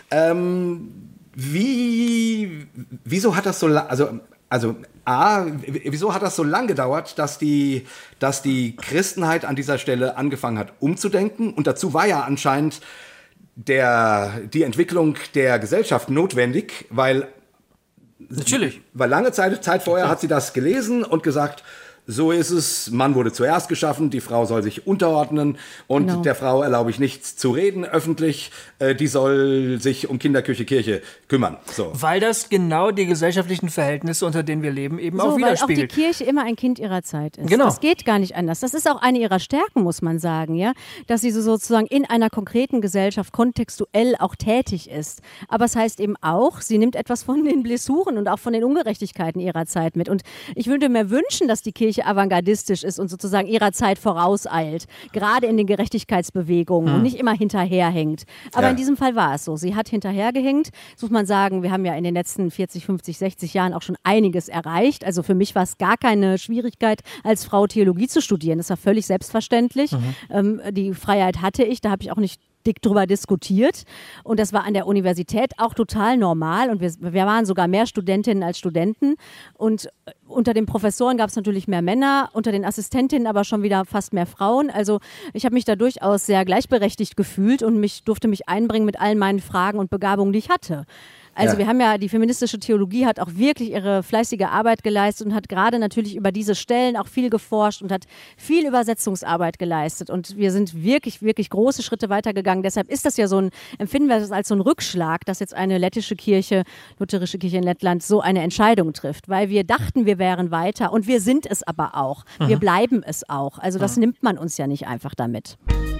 Ähm, Wie, wieso hat das so lang, also, also, A, wieso hat das so lang gedauert, dass die, dass die Christenheit an dieser Stelle angefangen hat umzudenken? Und dazu war ja anscheinend der, die Entwicklung der Gesellschaft notwendig, weil, natürlich, weil lange Zeit, Zeit vorher hat sie das gelesen und gesagt, so ist es, Mann wurde zuerst geschaffen, die Frau soll sich unterordnen und genau. der Frau erlaube ich nichts zu reden öffentlich, äh, die soll sich um Kinder, Küche, Kirche kümmern. So. Weil das genau die gesellschaftlichen Verhältnisse, unter denen wir leben, eben so, auch widerspiegelt. Weil auch die Kirche immer ein Kind ihrer Zeit ist. Genau. Das geht gar nicht anders. Das ist auch eine ihrer Stärken, muss man sagen, ja, dass sie so sozusagen in einer konkreten Gesellschaft kontextuell auch tätig ist. Aber es heißt eben auch, sie nimmt etwas von den Blessuren und auch von den Ungerechtigkeiten ihrer Zeit mit. Und ich würde mir wünschen, dass die Kirche avantgardistisch ist und sozusagen ihrer Zeit vorauseilt, gerade in den Gerechtigkeitsbewegungen hm. und nicht immer hinterherhängt. Aber ja. in diesem Fall war es so. Sie hat hinterhergehängt. Das muss man sagen, wir haben ja in den letzten vierzig, fünfzig, sechzig Jahren auch schon einiges erreicht. Also für mich war es gar keine Schwierigkeit, als Frau Theologie zu studieren. Das war völlig selbstverständlich. Mhm. Ähm, die Freiheit hatte ich, da habe ich auch nicht dick drüber diskutiert und das war an der Universität auch total normal und wir, wir waren sogar mehr Studentinnen als Studenten und unter den Professoren gab es natürlich mehr Männer, unter den Assistentinnen aber schon wieder fast mehr Frauen. Also ich habe mich da durchaus sehr gleichberechtigt gefühlt und mich durfte mich einbringen mit allen meinen Fragen und Begabungen, die ich hatte. Also ja. wir haben ja, die feministische Theologie hat auch wirklich ihre fleißige Arbeit geleistet und hat gerade natürlich über diese Stellen auch viel geforscht und hat viel Übersetzungsarbeit geleistet und wir sind wirklich, wirklich große Schritte weitergegangen. Deshalb ist das ja so ein, empfinden wir das als so ein Rückschlag, dass jetzt eine lettische Kirche, lutherische Kirche in Lettland so eine Entscheidung trifft, weil wir dachten, wir wären weiter und wir sind es aber auch. Mhm. Wir bleiben es auch. Also das mhm. nimmt man uns ja nicht einfach damit.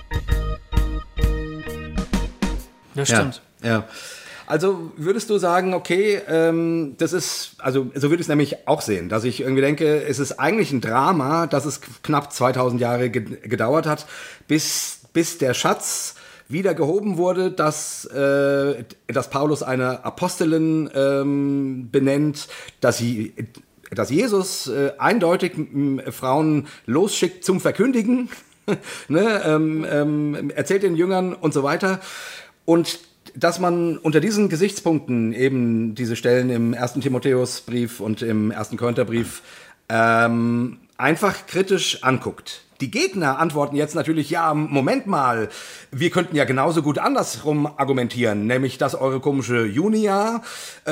Das stimmt. Ja, ja. Also würdest du sagen, okay, ähm, das ist, also so würde ich es nämlich auch sehen, dass ich irgendwie denke, es ist eigentlich ein Drama, dass es knapp zweitausend Jahre ge- gedauert hat, bis, bis der Schatz wieder gehoben wurde, dass, äh, dass Paulus eine Apostelin ähm, benennt, dass sie... dass Jesus äh, eindeutig m, Frauen losschickt zum Verkündigen, ne, ähm, ähm, erzählt den Jüngern und so weiter. Und dass man unter diesen Gesichtspunkten eben diese Stellen im ersten Timotheusbrief und im ersten Korintherbrief ähm, einfach kritisch anguckt. Die Gegner antworten jetzt natürlich, ja, Moment mal, wir könnten ja genauso gut andersrum argumentieren, nämlich, dass eure komische Junia,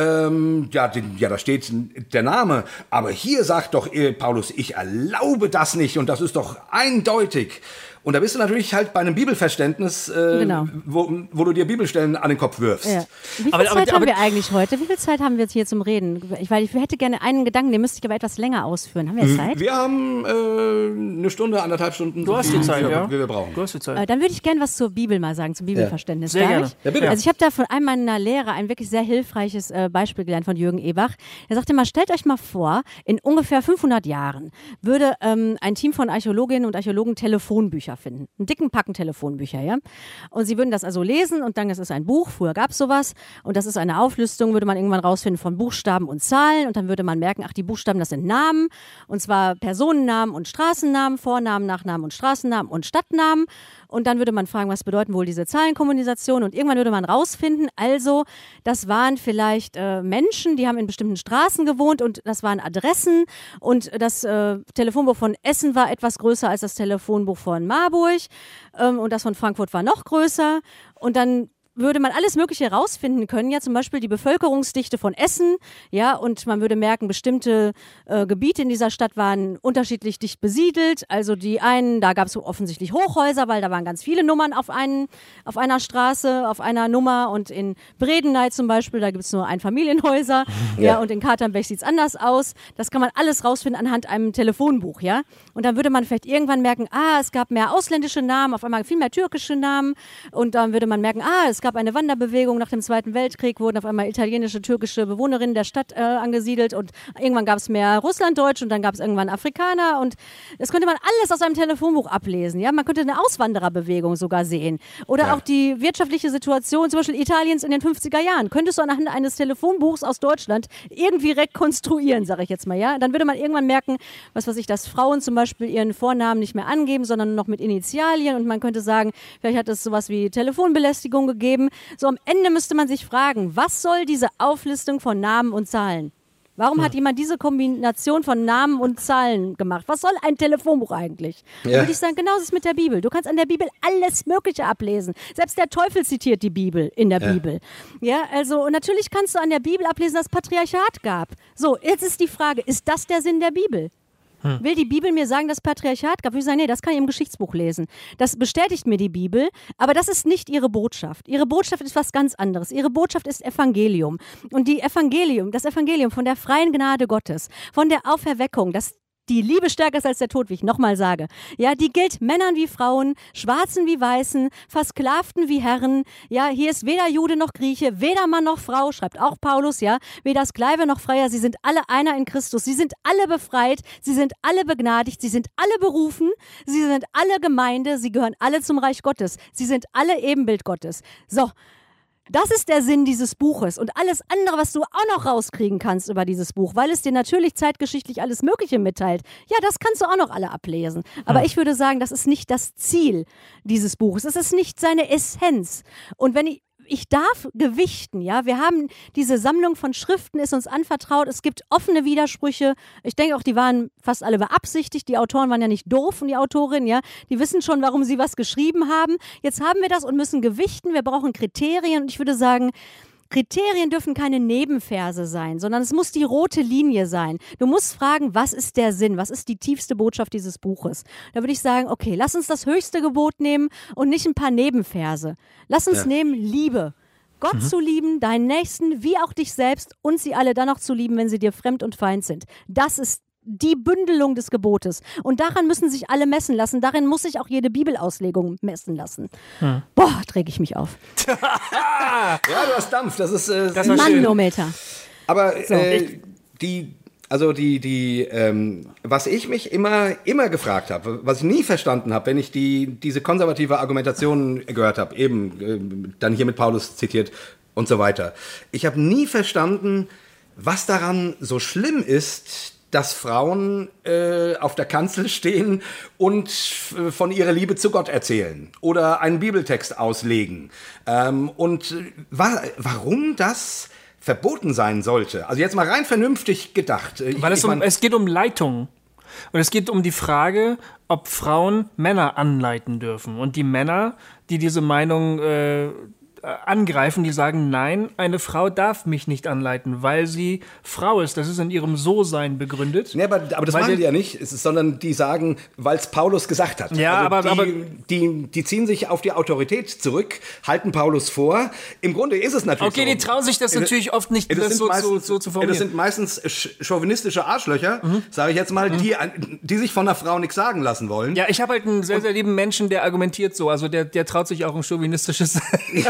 ähm, ja, den, ja, da steht der Name, aber hier sagt doch äh, Paulus, ich erlaube das nicht und das ist doch eindeutig. Und da bist du natürlich halt bei einem Bibelverständnis, äh, genau. wo, wo du dir Bibelstellen an den Kopf wirfst. Ja. Wie viel Aber- Zeit aber- haben aber- wir eigentlich heute? Wie viel Zeit haben wir jetzt hier zum Reden? Ich, weil ich hätte gerne einen Gedanken, den müsste ich aber etwas länger ausführen. Haben wir Zeit? Wir haben äh, eine Stunde, anderthalb Stunden. Du hast die Zeit, wie, ja. Wie wir brauchen. Du hast die Zeit. Äh, dann würde ich gerne was zur Bibel mal sagen, zum Bibelverständnis. Sehr Darf gerne. ich? Ja, bitte. Also ich habe da von einem meiner Lehrer ein wirklich sehr hilfreiches äh, Beispiel gelernt von Jürgen Ebach. Er sagte mal, stellt euch mal vor, in ungefähr fünfhundert Jahren würde ähm, ein Team von Archäologinnen und Archäologen Telefonbücher finden. Einen dicken Packen Telefonbücher, ja. Und sie würden das also lesen und dann, das ist ein Buch, früher gab es sowas und das ist eine Auflistung, würde man irgendwann rausfinden von Buchstaben und Zahlen und dann würde man merken, ach, die Buchstaben, das sind Namen und zwar Personennamen und Straßennamen, Vornamen, Nachnamen und Straßennamen und Stadtnamen und dann würde man fragen, was bedeuten wohl diese Zahlenkommunikation und irgendwann würde man rausfinden, also das waren vielleicht äh, Menschen, die haben in bestimmten Straßen gewohnt und das waren Adressen und das äh, Telefonbuch von Essen war etwas größer als das Telefonbuch von Marburg ähm, und das von Frankfurt war noch größer und dann würde man alles Mögliche herausfinden können, ja zum Beispiel die Bevölkerungsdichte von Essen, ja, und man würde merken, bestimmte äh, Gebiete in dieser Stadt waren unterschiedlich dicht besiedelt, also die einen, da gab es offensichtlich Hochhäuser, weil da waren ganz viele Nummern auf, einen, auf einer Straße, auf einer Nummer und in Bredeney zum Beispiel, da gibt es nur Einfamilienhäuser, ja. ja, und in Katernberg sieht es anders aus, das kann man alles rausfinden anhand einem Telefonbuch, ja, und dann würde man vielleicht irgendwann merken, ah, es gab mehr ausländische Namen, auf einmal viel mehr türkische Namen und dann würde man merken, ah, es gab eine Wanderbewegung nach dem Zweiten Weltkrieg, wurden auf einmal italienische, türkische Bewohnerinnen der Stadt äh, angesiedelt und irgendwann gab es mehr Russlanddeutsche und dann gab es irgendwann Afrikaner und das könnte man alles aus einem Telefonbuch ablesen. Ja? Man könnte eine Auswandererbewegung sogar sehen. Oder ja. auch die wirtschaftliche Situation zum Beispiel Italiens in den fünfziger Jahren. Könntest du anhand eines Telefonbuchs aus Deutschland irgendwie rekonstruieren, sage ich jetzt mal. Ja? Dann würde man irgendwann merken, was weiß ich, dass Frauen zum Beispiel ihren Vornamen nicht mehr angeben, sondern nur noch mit Initialien und man könnte sagen, vielleicht hat es sowas wie Telefonbelästigung gegeben. So am Ende müsste man sich fragen, was soll diese Auflistung von Namen und Zahlen? Warum hm. hat jemand diese Kombination von Namen und Zahlen gemacht? Was soll ein Telefonbuch eigentlich? Ja. Da würde ich sagen, genau das ist mit der Bibel. Du kannst an der Bibel alles Mögliche ablesen. Selbst der Teufel zitiert die Bibel in der ja. Bibel. Ja, also und natürlich kannst du an der Bibel ablesen, dass es Patriarchat gab. So, jetzt ist die Frage, ist das der Sinn der Bibel? Hm. Will die Bibel mir sagen, dass es Patriarchat gab? Ich sage, nee, das kann ich im Geschichtsbuch lesen. Das bestätigt mir die Bibel, aber das ist nicht ihre Botschaft. Ihre Botschaft ist was ganz anderes. Ihre Botschaft ist Evangelium. Und die Evangelium, das Evangelium von der freien Gnade Gottes, von der Auferweckung, das die Liebe stärker ist als der Tod, wie ich nochmal sage. Ja, die gilt Männern wie Frauen, Schwarzen wie Weißen, Versklavten wie Herren. Ja, hier ist weder Jude noch Grieche, weder Mann noch Frau, schreibt auch Paulus, ja, weder Sklave noch Freier. Sie sind alle einer in Christus. Sie sind alle befreit, sie sind alle begnadigt, sie sind alle berufen, sie sind alle Gemeinde, sie gehören alle zum Reich Gottes. Sie sind alle Ebenbild Gottes. So. Das ist der Sinn dieses Buches und alles andere, was du auch noch rauskriegen kannst über dieses Buch, weil es dir natürlich zeitgeschichtlich alles Mögliche mitteilt. Ja, das kannst du auch noch alle ablesen. Aber ja. ich würde sagen, das ist nicht das Ziel dieses Buches. Es ist nicht seine Essenz. Und wenn ich Ich darf gewichten, ja. Wir haben diese Sammlung von Schriften, ist uns anvertraut. Es gibt offene Widersprüche. Ich denke auch, die waren fast alle beabsichtigt. Die Autoren waren ja nicht doof und die Autorin, ja. Die wissen schon, warum sie was geschrieben haben. Jetzt haben wir das und müssen gewichten. Wir brauchen Kriterien. Und ich würde sagen, Kriterien dürfen keine Nebenverse sein, sondern es muss die rote Linie sein. Du musst fragen, was ist der Sinn? Was ist die tiefste Botschaft dieses Buches? Da würde ich sagen, okay, lass uns das höchste Gebot nehmen und nicht ein paar Nebenverse. Lass uns ja. nehmen Liebe. Gott mhm. zu lieben, deinen Nächsten, wie auch dich selbst und sie alle dann noch zu lieben, wenn sie dir fremd und feind sind. Das ist die Bündelung des Gebotes. Und daran müssen sich alle messen lassen. Darin muss sich auch jede Bibelauslegung messen lassen. Hm. Boah, träge ich mich auf. Ja, du hast Dampf. Das ist äh, das Manometer. Aber so. äh, die, also die, die, ähm, was ich mich immer, immer gefragt habe, was ich nie verstanden habe, wenn ich die, diese konservative Argumentation gehört habe, eben äh, dann hier mit Paulus zitiert und so weiter. Ich habe nie verstanden, was daran so schlimm ist, dass Frauen äh, auf der Kanzel stehen und äh, von ihrer Liebe zu Gott erzählen oder einen Bibeltext auslegen. Ähm, und wa- warum das verboten sein sollte, also jetzt mal rein vernünftig gedacht. Ich, Weil es, ich um, mein, es geht um Leitung. Und es geht um die Frage, ob Frauen Männer anleiten dürfen. Und die Männer, die diese Meinung äh, angreifen, die sagen, nein, eine Frau darf mich nicht anleiten, weil sie Frau ist. Das ist in ihrem So-Sein begründet. Nee, aber, aber das Weil machen die- die ja nicht, es ist, sondern die sagen, weil es Paulus gesagt hat. Ja, also aber- die, aber- die, die ziehen sich auf die Autorität zurück, halten Paulus vor. Im Grunde ist es natürlich Okay, so. die trauen sich das Das- natürlich oft nicht, das das sind so, so, meistens- so zu Das formulieren. sind meistens sch- chauvinistische Arschlöcher, sage ich jetzt mal, die, die sich von einer Frau nichts sagen lassen wollen. Ja, ich habe halt einen sehr, sehr lieben Menschen, der argumentiert so. Also der, der traut sich auch ein chauvinistisches.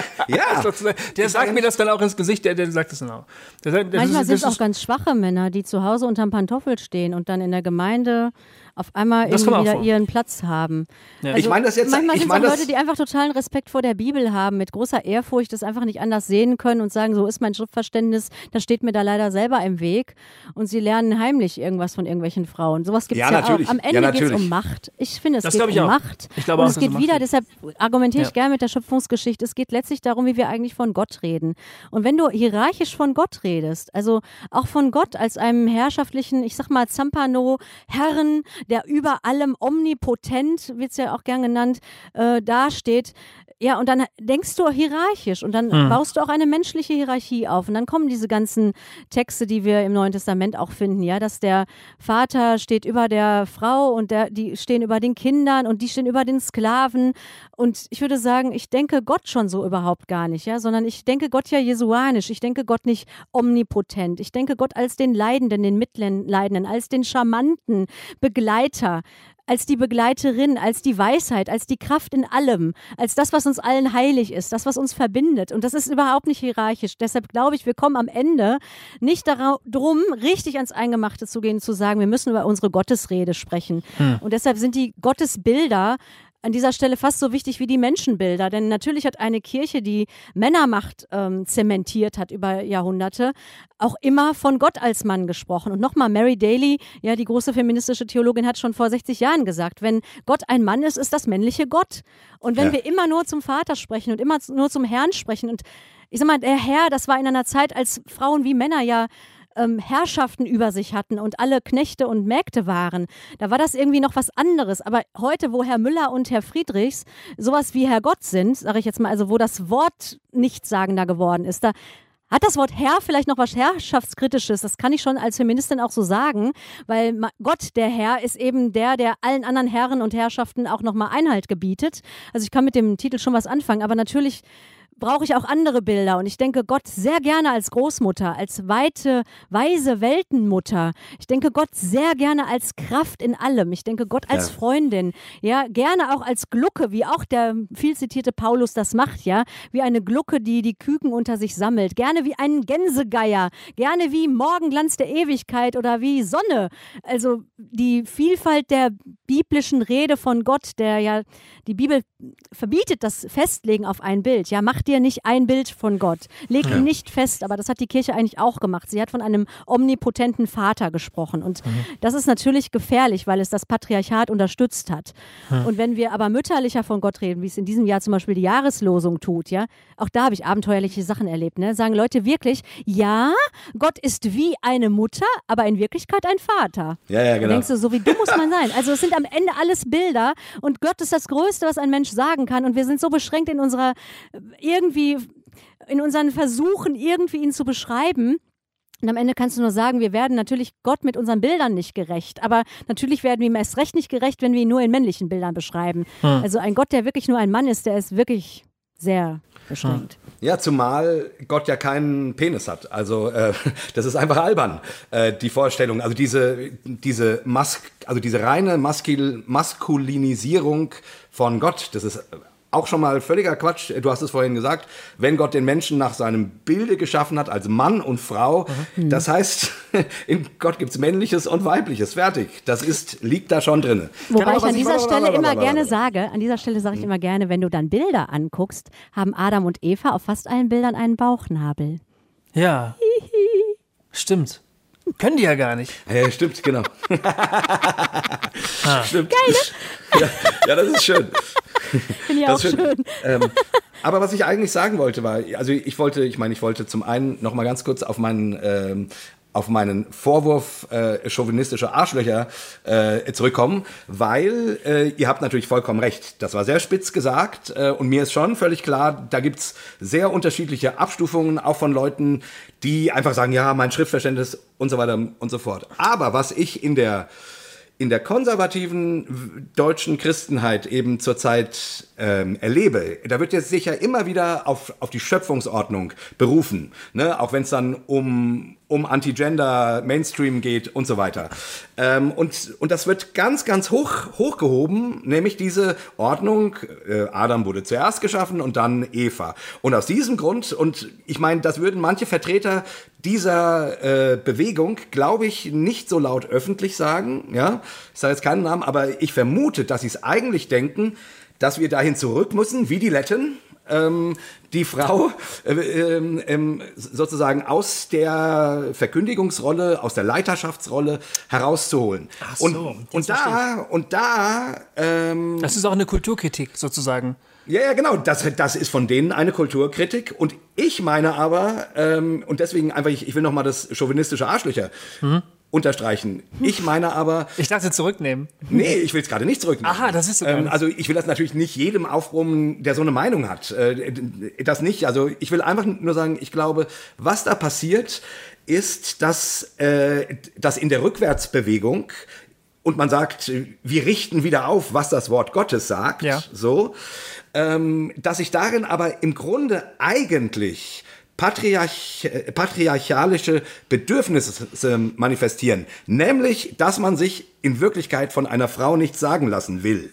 Ja. Der Ich sagt sag mir das dann auch ins Gesicht, der, der sagt das dann auch. Der, sagt, das Manchmal ist, sind das es auch ist, ganz schwache Männer, die zu Hause unterm Pantoffel stehen und dann in der Gemeinde auf einmal Das irgendwie kommt auch wieder vor. ihren Platz haben. Ja. Also Ich meine das jetzt- manchmal ich sind es meine auch das- Leute, die einfach totalen Respekt vor der Bibel haben, mit großer Ehrfurcht das einfach nicht anders sehen können und sagen, so ist mein Schriftverständnis, das steht mir da leider selber im Weg. Und sie lernen heimlich irgendwas von irgendwelchen Frauen. Sowas gibt es Ja, ja, natürlich. auch. Am Ja, Ende geht es natürlich. um Macht. Ich finde, es Das geht glaub ich um auch. Macht. Ich glaube und auch, es dass es geht um wieder, Macht deshalb argumentiere ich Ja. gerne mit der Schöpfungsgeschichte, es geht letztlich darum, wie wir eigentlich von Gott reden. Und wenn du hierarchisch von Gott redest, also auch von Gott als einem herrschaftlichen, ich sag mal Zampano-Herren, der über allem omnipotent, wird es ja auch gern genannt, äh, dasteht, ja, und dann denkst du hierarchisch und dann Mhm. baust du auch eine menschliche Hierarchie auf. Und dann kommen diese ganzen Texte, die wir im Neuen Testament auch finden, ja, dass der Vater steht über der Frau und der, die stehen über den Kindern und die stehen über den Sklaven. Und ich würde sagen, ich denke Gott schon so überhaupt gar nicht, ja, sondern ich denke Gott ja jesuanisch. Ich denke Gott nicht omnipotent. Ich denke Gott als den Leidenden, den Mitleidenden, als den charmanten Begleiter, als die Begleiterin, als die Weisheit, als die Kraft in allem, als das, was uns allen heilig ist, das, was uns verbindet. Und das ist überhaupt nicht hierarchisch. Deshalb glaube ich, wir kommen am Ende nicht darum, richtig ans Eingemachte zu gehen, zu sagen, wir müssen über unsere Gottesrede sprechen. Hm. Und deshalb sind die Gottesbilder an dieser Stelle fast so wichtig wie die Menschenbilder. Denn natürlich hat eine Kirche, die Männermacht ähm, zementiert hat über Jahrhunderte, auch immer von Gott als Mann gesprochen. Und nochmal, Mary Daly, ja, die große feministische Theologin, hat schon vor sechzig Jahren gesagt, wenn Gott ein Mann ist, ist das männliche Gott. Und wenn Ja. wir immer nur zum Vater sprechen und immer nur zum Herrn sprechen und ich sag mal, der Herr, das war in einer Zeit, als Frauen wie Männer ja Ähm, Herrschaften über sich hatten und alle Knechte und Mägde waren. Da war das irgendwie noch was anderes. Aber heute, wo Herr Müller und Herr Friedrichs sowas wie Herr Gott sind, sage ich jetzt mal, also wo das Wort nichtssagender geworden ist, da hat das Wort Herr vielleicht noch was Herrschaftskritisches? Das kann ich schon als Feministin auch so sagen, weil ma- Gott, der Herr, ist eben der, der allen anderen Herren und Herrschaften auch nochmal Einhalt gebietet. Also ich kann mit dem Titel schon was anfangen, aber natürlich brauche ich auch andere Bilder und ich denke Gott sehr gerne als Großmutter, als weite, weise Weltenmutter. Ich denke Gott sehr gerne als Kraft in allem. Ich denke Gott als Ja. Freundin, ja, gerne auch als Glucke, wie auch der viel zitierte Paulus das macht, ja, wie eine Glucke, die die Küken unter sich sammelt, gerne wie ein Gänsegeier, gerne wie Morgenglanz der Ewigkeit oder wie Sonne. Also die Vielfalt der biblischen Rede von Gott, der ja, die Bibel verbietet das Festlegen auf ein Bild, ja, mach dir nicht ein Bild von Gott. Leg ihn nicht fest, aber das hat die Kirche eigentlich auch gemacht. Sie hat von einem omnipotenten Vater gesprochen und mhm. das ist natürlich gefährlich, weil es das Patriarchat unterstützt hat. Mhm. Und wenn wir aber mütterlicher von Gott reden, wie es in diesem Jahr zum Beispiel die Jahreslosung tut, ja, auch da habe ich abenteuerliche Sachen erlebt, ne? Sagen Leute wirklich, ja, Gott ist wie eine Mutter, aber in Wirklichkeit ein Vater. Ja, ja, Und genau. denkst du, so wie du muss man sein. Also es sind am Ende alles Bilder und Gott ist das Größte, was ein Mensch sagen kann und wir sind so beschränkt in unserer irgendwie in unseren Versuchen, irgendwie ihn zu beschreiben. Und am Ende kannst du nur sagen, wir werden natürlich Gott mit unseren Bildern nicht gerecht. Aber natürlich werden wir ihm erst recht nicht gerecht, wenn wir ihn nur in männlichen Bildern beschreiben. Hm. Also ein Gott, der wirklich nur ein Mann ist, der ist wirklich sehr beschränkt. Ja, zumal Gott ja keinen Penis hat. Also äh, das ist einfach albern, äh, die Vorstellung. Also diese, diese, Mas- also diese reine Maskul- Maskulinisierung von Gott, das ist auch schon mal völliger Quatsch. Du hast es vorhin gesagt, wenn Gott den Menschen nach seinem Bilde geschaffen hat, als Mann und Frau, mhm. das heißt, in Gott gibt es Männliches und Weibliches. Fertig. Das ist, liegt da schon drin. Wobei ich an dieser Stelle immer gerne sage, an dieser Stelle sage ich immer gerne, wenn du dann Bilder anguckst, haben Adam und Eva auf fast allen Bildern einen Bauchnabel. Ja. Stimmt. Können die ja gar nicht. Ja, stimmt, genau. ah. Stimmt. Geil, ne? Ja, ja, das ist schön. Finde ich auch schön. schön. Ähm, aber was ich eigentlich sagen wollte, war, also ich wollte, ich meine, ich wollte zum einen noch mal ganz kurz auf meinen, ähm, auf meinen Vorwurf äh, chauvinistischer Arschlöcher äh, zurückkommen, weil äh, ihr habt natürlich vollkommen recht. Das war sehr spitz gesagt äh, und mir ist schon völlig klar, da gibt's sehr unterschiedliche Abstufungen, auch von Leuten, die einfach sagen, ja, mein Schriftverständnis und so weiter und so fort. Aber was ich in der in der konservativen deutschen Christenheit eben zurzeit ähm, erlebe, da wird jetzt sicher immer wieder auf, auf die Schöpfungsordnung berufen, ne? Auch wenn es dann um, um Anti-Gender, Mainstream geht und so weiter. Ähm, und, und das wird ganz, ganz hoch, hochgehoben, nämlich diese Ordnung, äh, Adam wurde zuerst geschaffen und dann Eva. Und aus diesem Grund, und ich meine, das würden manche Vertreter dieser äh, Bewegung, glaube ich, nicht so laut öffentlich sagen, ja, ich sage jetzt keinen Namen, aber ich vermute, dass sie es eigentlich denken, dass wir dahin zurück müssen, wie die Letten, ähm, die Frau äh, äh, sozusagen aus der Verkündigungsrolle, aus der Leiterschaftsrolle herauszuholen. Ach so, und, und da, und da, ähm, das ist auch eine Kulturkritik sozusagen. Ja, ja, genau. Das, das ist von denen eine Kulturkritik. Und ich meine aber, ähm, und deswegen einfach, ich, ich will noch mal das chauvinistische Arschlöcher hm? unterstreichen. Ich meine aber... Ich dachte zurücknehmen. Nee, ich will es gerade nicht zurücknehmen. Aha, das ist so. Ähm, also ich will das natürlich nicht jedem aufbrummen, der so eine Meinung hat. Äh, das nicht. Also ich will einfach nur sagen, ich glaube, was da passiert, ist, dass, äh, dass in der Rückwärtsbewegung und man sagt, wir richten wieder auf, was das Wort Gottes sagt, ja. so, ähm, dass sich darin aber im Grunde eigentlich patriarch patriarchalische Bedürfnisse manifestieren, nämlich, dass man sich in Wirklichkeit von einer Frau nichts sagen lassen will.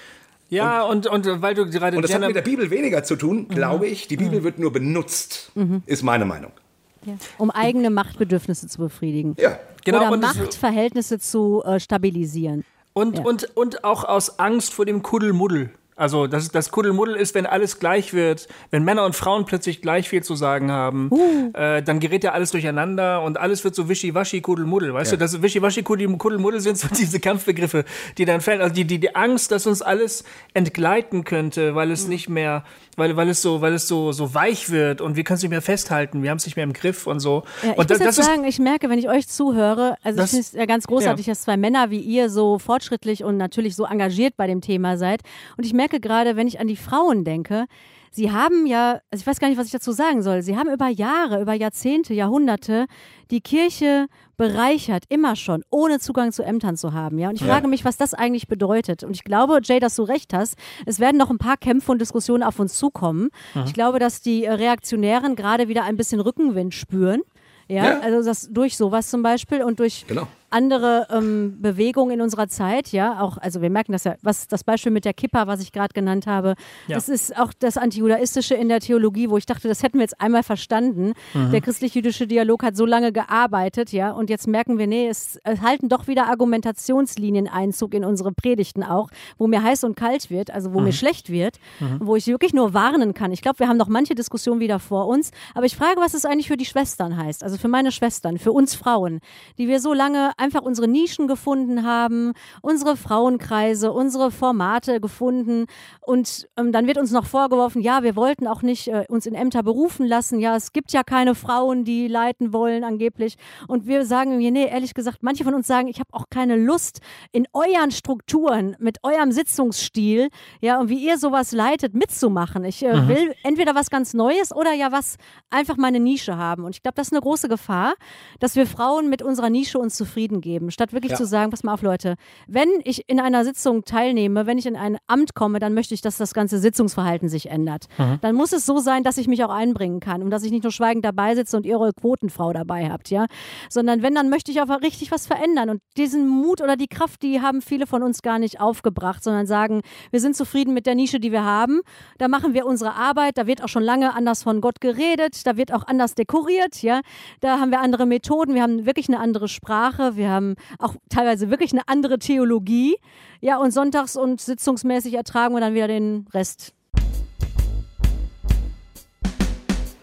Ja, und, und, und weil du gerade... Und das hat mit der Bibel weniger zu tun, mhm. glaube ich. Die Bibel mhm. wird nur benutzt, mhm. ist meine Meinung. Ja. Um eigene Machtbedürfnisse zu befriedigen. Ja. Genau, oder und Machtverhältnisse zu äh, stabilisieren. Und, ja. und, und auch aus Angst vor dem Kuddelmuddel. Also das, das Kuddelmuddel ist, wenn alles gleich wird, wenn Männer und Frauen plötzlich gleich viel zu sagen haben, uh. äh, dann gerät ja alles durcheinander und alles wird so wischiwaschi, Kuddelmuddel. Weißt ja. du, das wischiwaschi, Kuddelmuddel sind so diese Kampfbegriffe, die dann fallen. Also die, die, die Angst, dass uns alles entgleiten könnte, weil es mhm. nicht mehr, weil, weil es so, weil es so, so weich wird und wir können es nicht mehr festhalten, wir haben es nicht mehr im Griff und so. Ja, ich und muss das, jetzt das sagen, ich merke, wenn ich euch zuhöre, also das, ich finde es ja ganz großartig, ja. dass zwei Männer wie ihr so fortschrittlich und natürlich so engagiert bei dem Thema seid. Und ich merke gerade, wenn ich an die Frauen denke, sie haben ja, also ich weiß gar nicht, was ich dazu sagen soll, sie haben über Jahre, über Jahrzehnte, Jahrhunderte die Kirche bereichert, immer schon, ohne Zugang zu Ämtern zu haben. Ja? Und ich ja. frage mich, was das eigentlich bedeutet. Und ich glaube, Jay, dass du recht hast, es werden noch ein paar Kämpfe und Diskussionen auf uns zukommen. Mhm. Ich glaube, dass die Reaktionären gerade wieder ein bisschen Rückenwind spüren. Ja, ja. Also das durch sowas zum Beispiel und durch genau. andere ähm, Bewegungen in unserer Zeit, ja, auch, also wir merken das ja, was das Beispiel mit der Kippa, was ich gerade genannt habe, ja. das ist auch das Antijudaistische in der Theologie, wo ich dachte, das hätten wir jetzt einmal verstanden. Mhm. Der christlich-jüdische Dialog hat so lange gearbeitet, ja, und jetzt merken wir, nee, es, es halten doch wieder Argumentationslinien Einzug in unsere Predigten auch, wo mir heiß und kalt wird, also wo mhm. mir schlecht wird, mhm. wo ich wirklich nur warnen kann. Ich glaube, wir haben noch manche Diskussionen wieder vor uns, aber ich frage, was es eigentlich für die Schwestern heißt, also für meine Schwestern, für uns Frauen, die wir so lange einfach unsere Nischen gefunden haben, unsere Frauenkreise, unsere Formate gefunden und ähm, dann wird uns noch vorgeworfen, ja, wir wollten auch nicht äh, uns in Ämter berufen lassen, ja, es gibt ja keine Frauen, die leiten wollen angeblich und wir sagen mir, nee, ehrlich gesagt, manche von uns sagen, ich habe auch keine Lust in euren Strukturen, mit eurem Sitzungsstil, ja, und wie ihr sowas leitet, mitzumachen. Ich äh, mhm. will entweder was ganz Neues oder ja was, einfach meine Nische haben und ich glaube, das ist eine große Gefahr, dass wir Frauen mit unserer Nische uns zufrieden geben, statt wirklich ja. zu sagen, pass mal auf Leute, wenn ich in einer Sitzung teilnehme, wenn ich in ein Amt komme, dann möchte ich, dass das ganze Sitzungsverhalten sich ändert. Mhm. Dann muss es so sein, dass ich mich auch einbringen kann und dass ich nicht nur schweigend dabei sitze und ihr eure Quotenfrau dabei habt, ja, sondern wenn, dann möchte ich auch richtig was verändern und diesen Mut oder die Kraft, die haben viele von uns gar nicht aufgebracht, sondern sagen, wir sind zufrieden mit der Nische, die wir haben, da machen wir unsere Arbeit, da wird auch schon lange anders von Gott geredet, da wird auch anders dekoriert, ja, da haben wir andere Methoden, wir haben wirklich eine andere Sprache, wir haben auch teilweise wirklich eine andere Theologie. Ja, und sonntags und sitzungsmäßig ertragen wir dann wieder den Rest.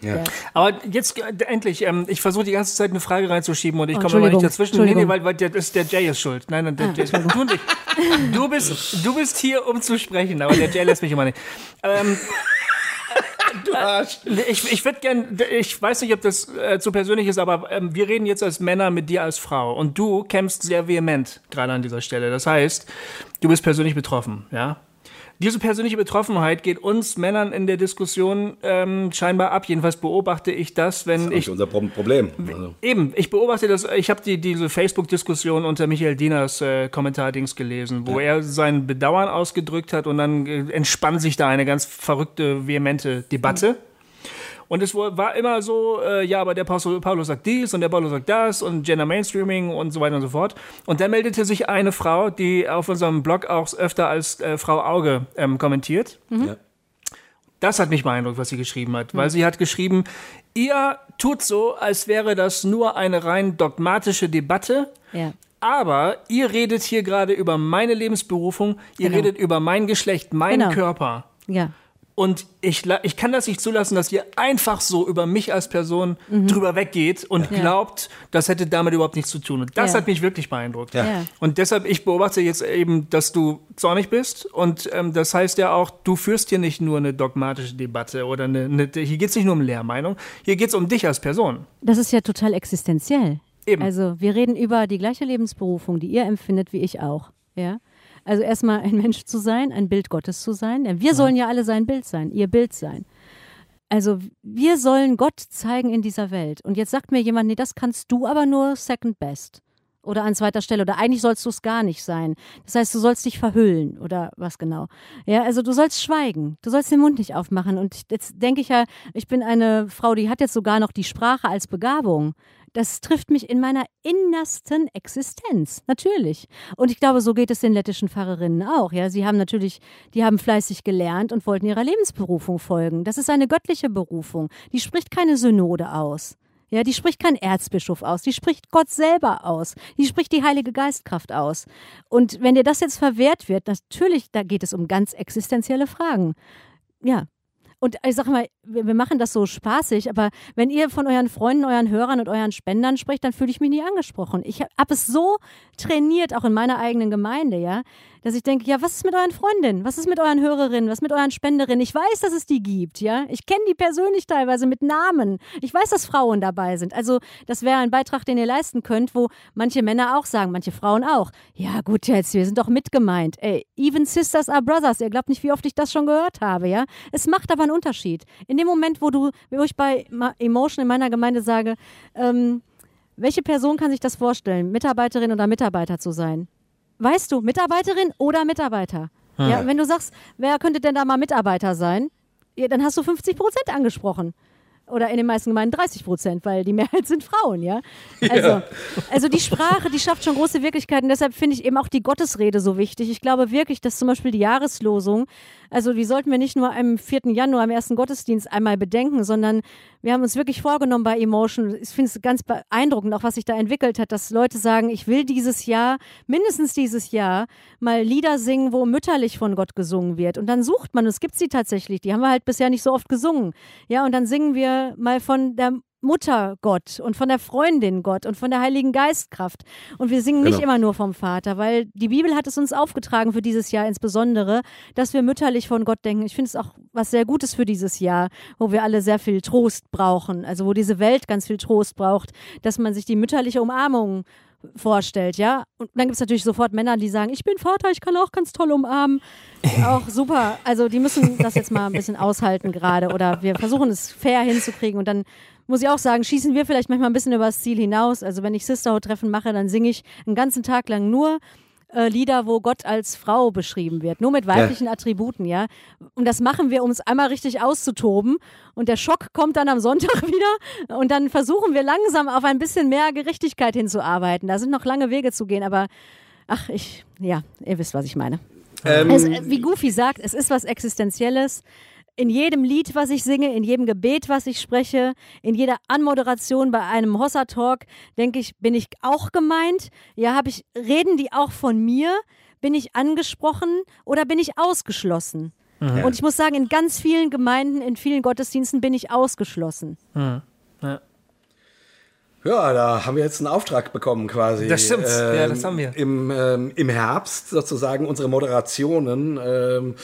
Ja. Ja. Aber jetzt äh, endlich, ähm, ich versuche die ganze Zeit eine Frage reinzuschieben und ich Oh, komme aber nicht Entschuldigung, dazwischen. Nee, nee, Entschuldigung. weil, weil der, ist, der Jay ist schuld. Nein, nein, der Ah, Jay ist du nicht. Du bist, du bist hier, um zu sprechen, aber der Jay lässt mich immer nicht. Ähm, Du Arsch. Ich, ich würde gern, ich weiß nicht, ob das äh, zu persönlich ist, aber ähm, wir reden jetzt als Männer mit dir als Frau und du kämpfst sehr vehement gerade an dieser Stelle. Das heißt, du bist persönlich betroffen, ja? Diese persönliche Betroffenheit geht uns Männern in der Diskussion ähm, scheinbar ab. Jedenfalls beobachte ich das, wenn Das ist ich... nicht unser Pro- Problem. Also. Eben, ich beobachte das, ich habe die, diese Facebook-Diskussion unter Michael Dieners äh, Kommentardings gelesen, wo ja. er sein Bedauern ausgedrückt hat und dann äh, entspann sich da eine ganz verrückte, vehemente Debatte. Mhm. Und es war immer so, äh, ja, aber der Paulus sagt dies und der Paulus sagt das und Gender Mainstreaming und so weiter und so fort. Und dann meldete sich eine Frau, die auf unserem Blog auch öfter als äh, Frau Auge ähm, kommentiert. Mhm. Ja. Das hat mich beeindruckt, was sie geschrieben hat, weil sie hat geschrieben, ihr tut so, als wäre das nur eine rein dogmatische Debatte, Ja. aber ihr redet hier gerade über meine Lebensberufung, ihr Genau. redet über mein Geschlecht, meinen Genau. Körper. Ja. Und ich, la- ich kann das nicht zulassen, dass ihr einfach so über mich als Person Mhm. drüber weggeht und Ja. glaubt, das hätte damit überhaupt nichts zu tun. Und das Ja. hat mich wirklich beeindruckt. Ja. Ja. Und deshalb, ich beobachte jetzt eben, dass du zornig bist. Und ähm, das heißt ja auch, du führst hier nicht nur eine dogmatische Debatte oder eine, eine hier geht es nicht nur um Lehrmeinung, hier geht es um dich als Person. Das ist ja total existenziell. Eben. Also wir reden über die gleiche Lebensberufung, die ihr empfindet, wie ich auch. Ja? Also erstmal ein Mensch zu sein, ein Bild Gottes zu sein. Ja, wir sollen ja alle sein Bild sein, ihr Bild sein. Also wir sollen Gott zeigen in dieser Welt. Und jetzt sagt mir jemand, nee, das kannst du aber nur second best. Oder an zweiter Stelle. Oder eigentlich sollst du es gar nicht sein. Das heißt, du sollst dich verhüllen. Oder was genau. Ja, also du sollst schweigen. Du sollst den Mund nicht aufmachen. Und jetzt denke ich ja, ich bin eine Frau, die hat jetzt sogar noch die Sprache als Begabung. Das trifft mich in meiner innersten Existenz, natürlich. Und ich glaube, so geht es den lettischen Pfarrerinnen auch. Ja, sie haben natürlich, die haben fleißig gelernt und wollten ihrer Lebensberufung folgen. Das ist eine göttliche Berufung. Die spricht keine Synode aus. Ja, die spricht kein Erzbischof aus. Die spricht Gott selber aus. Die spricht die Heilige Geistkraft aus. Und wenn dir das jetzt verwehrt wird, natürlich, da geht es um ganz existenzielle Fragen. Ja. Und ich sag mal, wir, wir machen das so spaßig, aber wenn ihr von euren Freunden, euren Hörern und euren Spendern spricht, dann fühle ich mich nie angesprochen. Ich habe hab es so trainiert, auch in meiner eigenen Gemeinde, ja, dass ich denke, ja, was ist mit euren Freundinnen? Was ist mit euren Hörerinnen? Was ist mit euren Spenderinnen? Ich weiß, dass es die gibt, ja. Ich kenne die persönlich teilweise mit Namen. Ich weiß, dass Frauen dabei sind. Also das wäre ein Beitrag, den ihr leisten könnt, wo manche Männer auch sagen, manche Frauen auch. Ja gut, jetzt, wir sind doch mitgemeint. Ey, even sisters are brothers. Ihr glaubt nicht, wie oft ich das schon gehört habe, ja. Es macht aber einen Unterschied. In dem Moment, wo du, wo ich bei Emotion in meiner Gemeinde sage, ähm, welche Person kann sich das vorstellen, Mitarbeiterin oder Mitarbeiter zu sein? Weißt du, Mitarbeiterin oder Mitarbeiter? Hm. Ja, wenn du sagst, wer könnte denn da mal Mitarbeiter sein? Ja, dann hast du fünfzig Prozent angesprochen. Oder in den meisten Gemeinden dreißig Prozent, weil die Mehrheit sind Frauen, ja? Also, ja. also die Sprache, die schafft schon große Wirklichkeiten. Deshalb finde ich eben auch die Gottesrede so wichtig. Ich glaube wirklich, dass zum Beispiel die Jahreslosung, also die sollten wir nicht nur am vierten Januar, am ersten Gottesdienst einmal bedenken, sondern wir haben uns wirklich vorgenommen bei Emotion, ich finde es ganz beeindruckend, auch was sich da entwickelt hat, dass Leute sagen, ich will dieses Jahr, mindestens dieses Jahr, mal Lieder singen, wo mütterlich von Gott gesungen wird. Und dann sucht man, es gibt sie tatsächlich, die haben wir halt bisher nicht so oft gesungen. Ja, und dann singen wir mal von der Mutter Gott und von der Freundin Gott und von der Heiligen Geistkraft. Und wir singen nicht genau. immer nur vom Vater, weil die Bibel hat es uns aufgetragen für dieses Jahr insbesondere, dass wir mütterlich von Gott denken. Ich finde es auch was sehr Gutes für dieses Jahr, wo wir alle sehr viel Trost brauchen, also wo diese Welt ganz viel Trost braucht, dass man sich die mütterliche Umarmung vorstellt, ja. Und dann gibt es natürlich sofort Männer, die sagen, ich bin Vater, ich kann auch ganz toll umarmen. Auch super. Also die müssen das jetzt mal ein bisschen aushalten gerade oder wir versuchen es fair hinzukriegen und dann muss ich auch sagen, schießen wir vielleicht manchmal ein bisschen über das Ziel hinaus. Also wenn ich Sisterhood-Treffen mache, dann singe ich einen ganzen Tag lang nur äh, Lieder, wo Gott als Frau beschrieben wird. Nur mit weiblichen ja. Attributen, ja. Und das machen wir, um es einmal richtig auszutoben. Und der Schock kommt dann am Sonntag wieder. Und dann versuchen wir langsam auf ein bisschen mehr Gerechtigkeit hinzuarbeiten. Da sind noch lange Wege zu gehen, aber ach, ich, ja, ihr wisst, was ich meine. Ähm. Es, wie Goofy sagt, es ist was Existenzielles. In jedem Lied, was ich singe, in jedem Gebet, was ich spreche, in jeder Anmoderation bei einem Hossa-Talk, denke ich, bin ich auch gemeint? Ja, habe ich, reden die auch von mir? Bin ich angesprochen oder bin ich ausgeschlossen? Mhm. Und ich muss sagen, in ganz vielen Gemeinden, in vielen Gottesdiensten bin ich ausgeschlossen. Mhm. Ja. Ja, da haben wir jetzt einen Auftrag bekommen quasi. Das stimmt, ähm, ja, das haben wir. Im, ähm, im Herbst sozusagen unsere Moderationen ähm,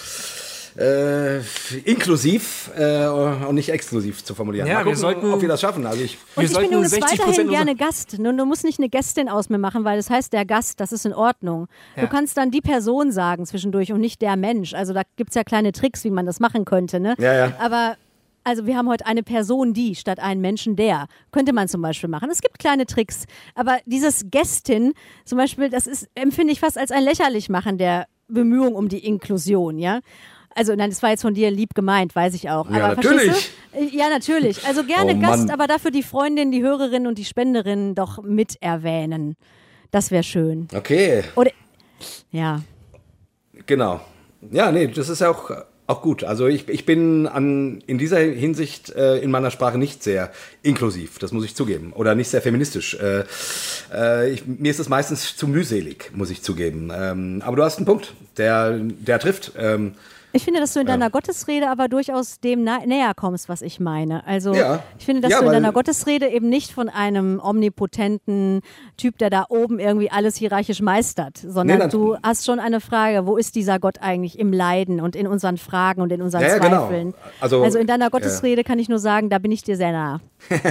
äh, inklusiv äh, und nicht exklusiv zu formulieren. Ja, Mal gucken, wir sollten, ob wir das schaffen. Also ich, und ich bin übrigens weiterhin unser- gerne Gast. Nur, du musst nicht eine Gästin aus mir machen, weil das heißt der Gast, das ist in Ordnung. Ja. Du kannst dann die Person sagen zwischendurch und nicht der Mensch. Also da gibt es ja kleine Tricks, wie man das machen könnte. Ne? Ja, ja. Aber also wir haben heute eine Person, die, statt einen Menschen, der. Könnte man zum Beispiel machen. Es gibt kleine Tricks. Aber dieses Gästin zum Beispiel, das ist, empfinde ich fast als ein Lächerlichmachen der Bemühung um die Inklusion, ja. Also nein, das war jetzt von dir lieb gemeint, weiß ich auch. Ja, aber natürlich. verstehst du? Ja, natürlich. Also gerne Oh, Gast, Mann. aber dafür die Freundin, die Hörerin und die Spenderin doch mit erwähnen. Das wäre schön. okay, Oder, ja. genau. Ja, nee, das ist ja auch, auch gut. Also ich, ich bin an, in dieser Hinsicht äh, in meiner Sprache nicht sehr inklusiv, das muss ich zugeben. Oder nicht sehr feministisch. Äh, äh, ich, mir ist es meistens zu mühselig, muss ich zugeben. Ähm, aber du hast einen Punkt, der, der trifft. Ähm, Ich finde, dass du in deiner Gottesrede aber durchaus dem na- näher kommst, was ich meine. Also Ja. ich finde, dass Ja, du in weil- deiner Gottesrede eben nicht von einem omnipotenten Typ, der da oben irgendwie alles hierarchisch meistert, sondern Nee, nat- du hast schon eine Frage, wo ist dieser Gott eigentlich im Leiden und in unseren Fragen und in unseren Ja, ja, genau. Zweifeln. Also, Also in deiner Gottesrede kann ich nur sagen, da bin ich dir sehr nah.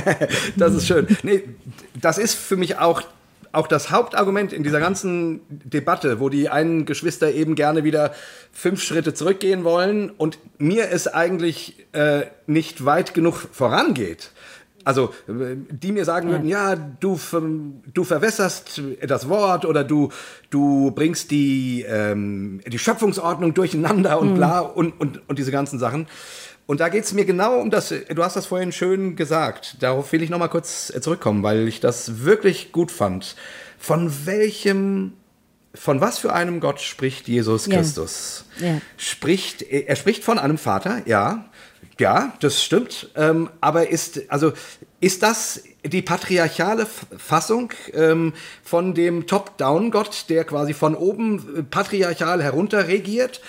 Das ist schön. Nee, das ist für mich auch, auch das Hauptargument in dieser ganzen Debatte, wo die einen Geschwister eben gerne wieder fünf Schritte zurückgehen wollen und mir es eigentlich äh, nicht weit genug vorangeht. Also, äh, die mir sagen würden, ja, du, ver- du verwässerst das Wort oder du, du bringst die, ähm, die Schöpfungsordnung durcheinander und bla und, und, und diese ganzen Sachen. Und da geht es mir genau um das, du hast das vorhin schön gesagt, darauf will ich nochmal kurz zurückkommen, weil ich das wirklich gut fand. Von welchem, von was für einem Gott spricht Jesus Ja. Christus? Ja. Spricht, er spricht von einem Vater, ja, ja, das stimmt, ähm, aber ist, also, ist das die patriarchale F- Fassung ähm, von dem Top-Down-Gott, der quasi von oben äh, patriarchal herunter regiert?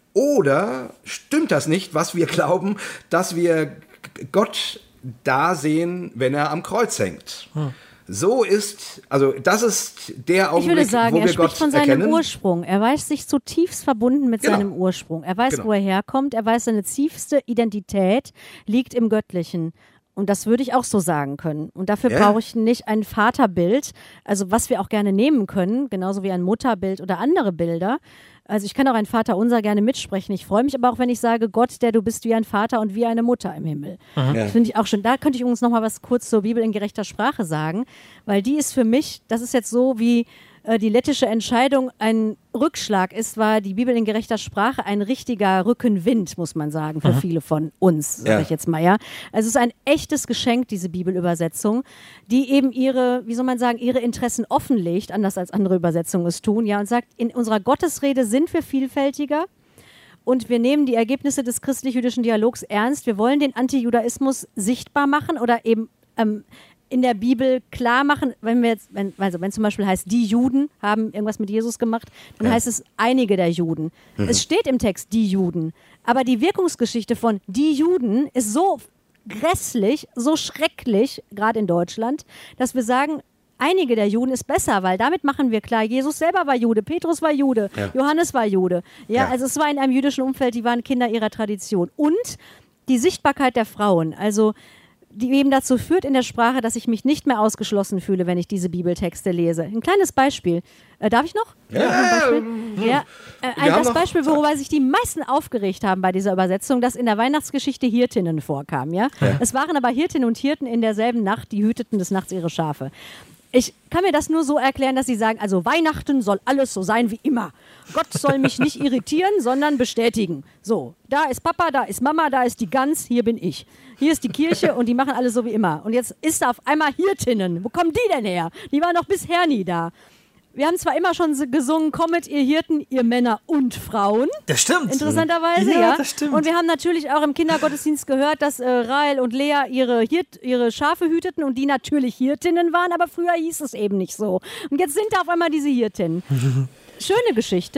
Oder stimmt das nicht, was wir glauben, dass wir Gott da sehen, wenn er am Kreuz hängt? Hm. So ist, also das ist der Ich Augenblick, würde sagen, wo er wir spricht Gott von seinem erkennen. Ursprung. Er weiß sich zutiefst verbunden mit Genau. seinem Ursprung. Er weiß, Genau. wo er herkommt. Er weiß, seine tiefste Identität liegt im Göttlichen. Und das würde ich auch so sagen können. Und dafür Ja. brauche ich nicht ein Vaterbild, also was wir auch gerne nehmen können, genauso wie ein Mutterbild oder andere Bilder. Also ich kann auch ein Vaterunser gerne mitsprechen. Ich freue mich aber auch, wenn ich sage, Gott, der du bist wie ein Vater und wie eine Mutter im Himmel. Ja. Das finde ich auch schön. Da könnte ich übrigens noch mal was kurz zur Bibel in gerechter Sprache sagen, weil die ist für mich, das ist jetzt so wie äh, die lettische Entscheidung ein Rückschlag ist, war die Bibel in gerechter Sprache ein richtiger Rückenwind, muss man sagen, für viele von uns, sage Ja. ich jetzt mal, ja. Also es ist ein echtes Geschenk, diese Bibelübersetzung, die eben ihre, wie soll man sagen, ihre Interessen offenlegt, anders als andere Übersetzungen es tun, ja, und sagt, in unserer Gottesrede sind wir vielfältiger. Und wir nehmen die Ergebnisse des christlich-jüdischen Dialogs ernst. Wir wollen den Antijudaismus sichtbar machen oder eben ähm, in der Bibel klar machen, wenn wir jetzt, wenn, also wenn zum Beispiel heißt, die Juden haben irgendwas mit Jesus gemacht, dann Ja. heißt es einige der Juden. Mhm. Es steht im Text die Juden, aber die Wirkungsgeschichte von die Juden ist so grässlich, so schrecklich, gerade in Deutschland, dass wir sagen, einige der Juden ist besser, weil damit machen wir klar, Jesus selber war Jude, Petrus war Jude, Ja. Johannes war Jude. Ja, Ja. also es war in einem jüdischen Umfeld, die waren Kinder ihrer Tradition. Und die Sichtbarkeit der Frauen, also die eben dazu führt in der Sprache, dass ich mich nicht mehr ausgeschlossen fühle, wenn ich diese Bibeltexte lese. Ein kleines Beispiel. Äh, darf ich noch? Ja, ein Beispiel. ähm, Ja, äh, wir ein, haben das noch Beispiel, Zeit. worüber sich die meisten aufgeregt haben bei dieser Übersetzung, dass in der Weihnachtsgeschichte Hirtinnen vorkamen. Ja? Es waren aber Hirtinnen und Hirten in derselben Nacht, die hüteten des Nachts ihre Schafe. Ich kann mir das nur so erklären, dass sie sagen, also Weihnachten soll alles so sein wie immer. Gott soll mich nicht irritieren, sondern bestätigen. So, da ist Papa, da ist Mama, da ist die Gans, hier bin ich. Hier ist die Kirche und die machen alles so wie immer. Und jetzt ist da auf einmal Hirtinnen. Wo kommen die denn her? Die waren doch bisher nie da. Wir haben zwar immer schon so gesungen, kommet ihr Hirten, ihr Männer und Frauen. Das stimmt. Interessanterweise, Ja, ja. das stimmt. Und wir haben natürlich auch im Kindergottesdienst gehört, dass äh, Rahel und Lea ihre, Hirt, ihre Schafe hüteten und die natürlich Hirtinnen waren, aber früher hieß es eben nicht so. Und jetzt sind da auf einmal diese Hirtinnen. Schöne Geschichte,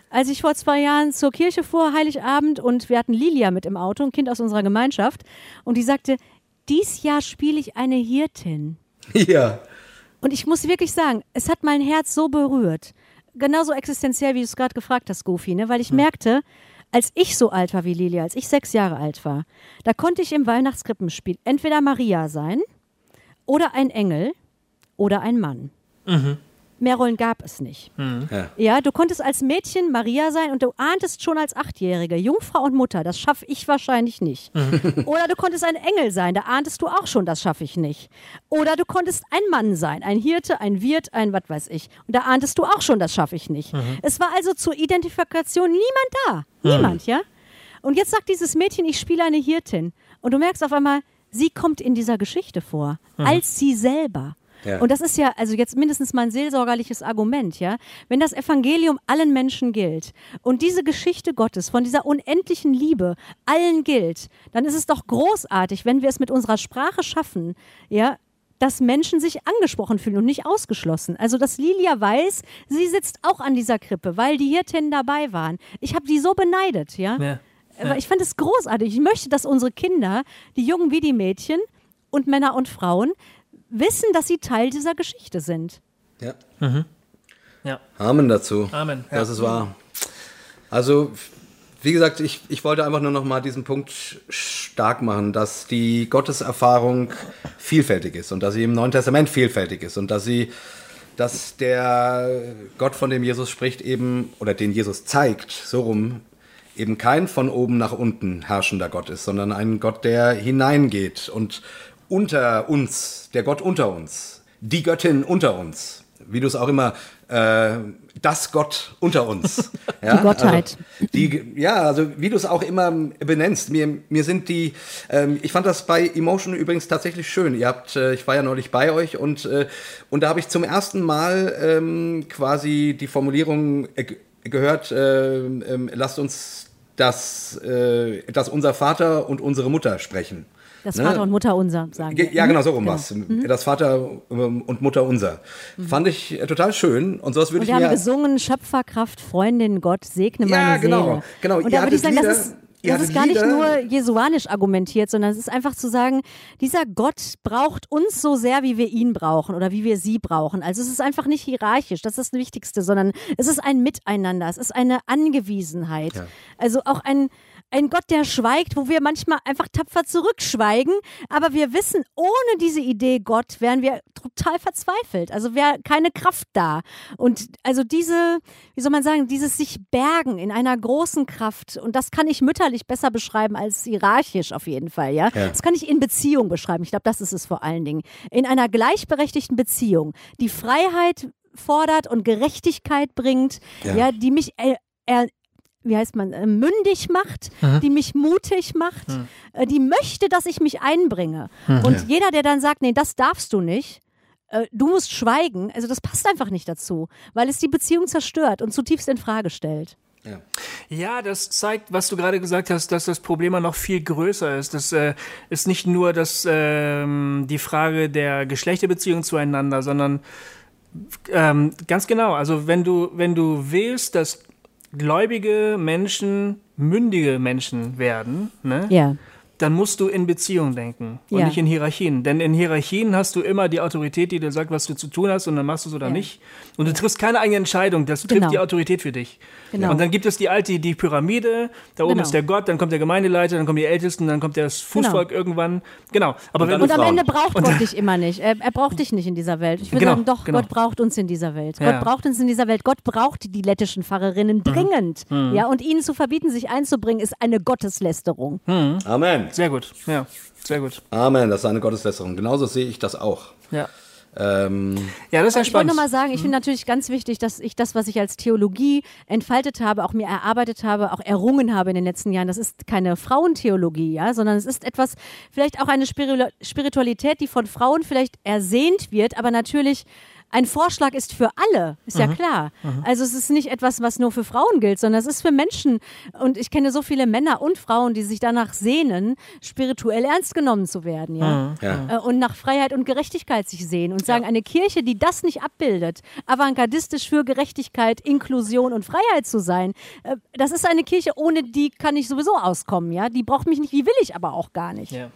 als ich vor zwei Jahren zur Kirche fuhr, Heiligabend, und wir hatten Lilia mit im Auto, ein Kind aus unserer Gemeinschaft, und die sagte, dies Jahr spiele ich eine Hirtin. Ja. Und ich muss wirklich sagen, es hat mein Herz so berührt. Genauso existenziell, wie du es gerade gefragt hast, Goofy, ne? Weil ich hm. merkte, als ich so alt war wie Lilia, als ich sechs Jahre alt war, da konnte ich im Weihnachtskrippenspiel entweder Maria sein oder ein Engel oder ein Mann. Mhm. Mehr Rollen gab es nicht. Mhm. Ja. ja, du konntest als Mädchen Maria sein und du ahntest schon als Achtjährige, Jungfrau und Mutter, das schaffe ich wahrscheinlich nicht. Mhm. Oder du konntest ein Engel sein, da ahntest du auch schon, das schaffe ich nicht. Oder du konntest ein Mann sein, ein Hirte, ein Wirt, ein was weiß ich. Und da ahntest du auch schon, das schaffe ich nicht. Mhm. Es war also zur Identifikation niemand da. Mhm. Niemand, ja? Und jetzt sagt dieses Mädchen, ich spiele eine Hirtin. Und du merkst auf einmal, sie kommt in dieser Geschichte vor, mhm. als sie selber. Ja. Und das ist ja, also jetzt mindestens mal ein seelsorgerliches Argument, ja. Wenn das Evangelium allen Menschen gilt und diese Geschichte Gottes von dieser unendlichen Liebe allen gilt, dann ist es doch großartig, wenn wir es mit unserer Sprache schaffen, ja, dass Menschen sich angesprochen fühlen und nicht ausgeschlossen. Also, dass Lilia weiß, sie sitzt auch an dieser Krippe, weil die Hirtinnen dabei waren. Ich habe die so beneidet, ja. ja. Aber ich fand es großartig. Ich möchte, dass unsere Kinder, die Jungen wie die Mädchen und Männer und Frauen, wissen, dass sie Teil dieser Geschichte sind. Ja. Mhm. ja. Amen dazu. Amen. Ja. Das ist wahr. Also, wie gesagt, ich, ich wollte einfach nur noch mal diesen Punkt stark machen, dass die Gotteserfahrung vielfältig ist und dass sie im Neuen Testament vielfältig ist und dass sie, dass der Gott, von dem Jesus spricht, eben, oder den Jesus zeigt, so rum, eben kein von oben nach unten herrschender Gott ist, sondern ein Gott, der hineingeht und unter uns, der Gott unter uns, die Göttin unter uns, wie du es auch immer, äh, das Gott unter uns. Ja? Die Gottheit. Also, die, ja, also wie du es auch immer benennst. Mir, mir sind die, ähm, ich fand das bei Emotion übrigens tatsächlich schön. Ihr habt, äh, ich war ja neulich bei euch und, äh, und da habe ich zum ersten Mal ähm, quasi die Formulierung äh, gehört, äh, äh, lasst uns das, äh, dass unser Vater und unsere Mutter sprechen. Das ne? Vater und Mutter unser, sagen wir. Ja, genau, so rum genau. was. Mhm. Das Vater und Mutter unser. Mhm. Fand ich total schön. Und sowas würde ich mir... Wir haben gesungen, Schöpferkraft, Freundin, Gott, segne ja, meine genau, Seele. genau. Und da würde ich sagen, Lieder, das ist... Das ist gar Lieder. nicht nur jesuanisch argumentiert, sondern es ist einfach zu sagen, dieser Gott braucht uns so sehr, wie wir ihn brauchen oder wie wir sie brauchen. Also es ist einfach nicht hierarchisch, das ist das Wichtigste, sondern es ist ein Miteinander, es ist eine Angewiesenheit. Ja. Also auch ein, ein Gott, der schweigt, wo wir manchmal einfach tapfer zurückschweigen, aber wir wissen, ohne diese Idee Gott wären wir total verzweifelt. Also wäre keine Kraft da. Und also diese, wie soll man sagen, dieses sich bergen in einer großen Kraft, und das kann ich mütterlich besser beschreiben als hierarchisch auf jeden Fall, ja. ja. Das kann ich in Beziehung beschreiben. Ich glaube, das ist es vor allen Dingen. In einer gleichberechtigten Beziehung, die Freiheit fordert und Gerechtigkeit bringt, ja, ja die mich äh, äh, wie heißt man, äh, mündig macht, mhm. die mich mutig macht, mhm. äh, die möchte, dass ich mich einbringe. Mhm. Und ja. jeder, der dann sagt, nee, das darfst du nicht, äh, du musst schweigen, also das passt einfach nicht dazu, weil es die Beziehung zerstört und zutiefst in Frage stellt. Ja. ja, das zeigt, was du gerade gesagt hast, dass das Problem noch viel größer ist. Das äh, ist nicht nur das, ähm, die Frage der Geschlechterbeziehung zueinander, sondern ähm, ganz genau, also wenn du, wenn du willst, dass gläubige Menschen mündige Menschen werden, ne? Ja. Dann musst du in Beziehung denken und ja. nicht in Hierarchien. Denn in Hierarchien hast du immer die Autorität, die dir sagt, was du zu tun hast, und dann machst du es oder ja. nicht. Und du triffst keine eigene Entscheidung, das trifft genau. die Autorität für dich. Genau. Und dann gibt es die alte, die Pyramide, da oben genau. ist der Gott, dann kommt der Gemeindeleiter, dann kommen die Ältesten, dann kommt das Fußvolk genau. irgendwann. Genau. Aber und, wenn und du am Ende braucht Gott dich immer nicht. Er, er braucht dich nicht in dieser Welt. Ich würde genau, sagen, doch, genau. Gott braucht uns in dieser Welt. Ja. Gott braucht uns in dieser Welt. Gott braucht die lettischen Pfarrerinnen dringend. Mhm. Ja, und ihnen zu verbieten, sich einzubringen, ist eine Gotteslästerung. Mhm. Amen. Sehr gut, ja. Sehr gut. Amen, das ist eine Gotteslästerung. Genauso sehe ich das auch. Ja. Ähm, ja, das ist ja spannend. Ich wollte nochmal sagen, ich finde natürlich ganz wichtig, dass ich das, was ich als Theologie entfaltet habe, auch mir erarbeitet habe, auch errungen habe in den letzten Jahren, das ist keine Frauentheologie, ja, sondern es ist etwas, vielleicht auch eine Spiritualität, die von Frauen vielleicht ersehnt wird, aber natürlich ein Vorschlag ist für alle, ist mhm. ja klar. Mhm. Also es ist nicht etwas, was nur für Frauen gilt, sondern es ist für Menschen. Und ich kenne so viele Männer und Frauen, die sich danach sehnen, spirituell ernst genommen zu werden, ja. Mhm. ja. Und nach Freiheit und Gerechtigkeit sich sehen und sagen, ja. eine Kirche, die das nicht abbildet, avantgardistisch für Gerechtigkeit, Inklusion und Freiheit zu sein, das ist eine Kirche, ohne die kann ich sowieso auskommen, ja. Die braucht mich nicht, die will ich aber auch gar nicht. Ja.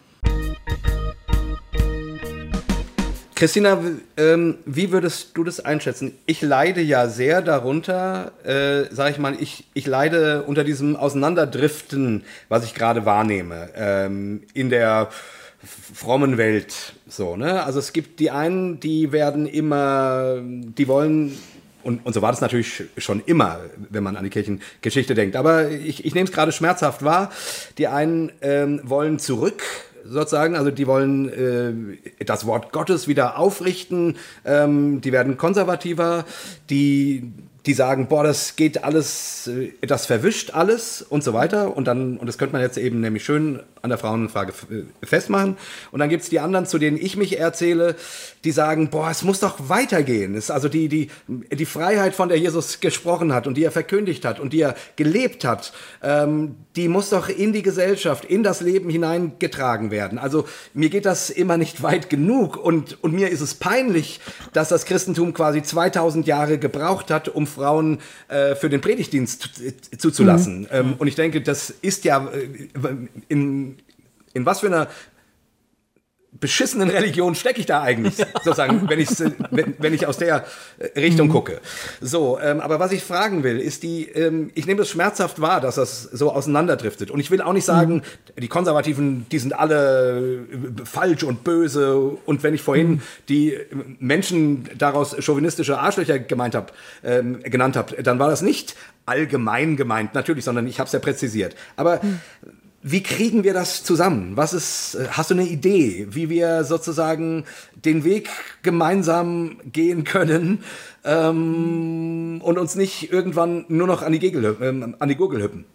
Christina, ähm, wie würdest du das einschätzen? Ich leide ja sehr darunter, äh, sage ich mal, ich, ich leide unter diesem Auseinanderdriften, was ich gerade wahrnehme, ähm, in der frommen Welt. So, ne? Also es gibt die einen, die werden immer, die wollen, und, und so war das natürlich schon immer, wenn man an die Kirchengeschichte denkt, aber ich, ich nehme es gerade schmerzhaft wahr, die einen ähm, wollen zurück, sozusagen, also die wollen äh, das Wort Gottes wieder aufrichten, ähm, die werden konservativer, die, die sagen, boah, das geht alles, äh, das verwischt alles und so weiter und dann, und das könnte man jetzt eben nämlich schön an der Frauenfrage äh, festmachen und dann gibt es die anderen, zu denen ich mich erzähle, die sagen, boah, es muss doch weitergehen, es ist also die, die, die Freiheit, von der Jesus gesprochen hat und die er verkündigt hat und die er gelebt hat, ähm, die muss doch in die Gesellschaft, in das Leben hineingetragen werden. Also mir geht das immer nicht weit genug und, und mir ist es peinlich, dass das Christentum quasi zweitausend Jahre gebraucht hat, um Frauen äh, für den Predigtdienst zuzulassen. Mhm. Ähm, und ich denke, das ist ja äh, in, in was für einer beschissenen Religion stecke ich da eigentlich, sozusagen, wenn, wenn, wenn ich aus der Richtung gucke. So, ähm, aber was ich fragen will, ist die, ähm, ich nehme es schmerzhaft wahr, dass das so auseinanderdriftet. Und ich will auch nicht sagen, mhm. die Konservativen, die sind alle falsch und böse. Und wenn ich vorhin mhm. die Menschen daraus chauvinistische Arschlöcher gemeint hab, ähm, genannt habe, dann war das nicht allgemein gemeint, natürlich, sondern ich habe es ja präzisiert. Aber mhm. wie kriegen wir das zusammen? Was ist, hast du eine Idee, wie wir sozusagen den Weg gemeinsam gehen können ähm, und uns nicht irgendwann nur noch an die, Gegel, ähm, an die Gurgel hüppen?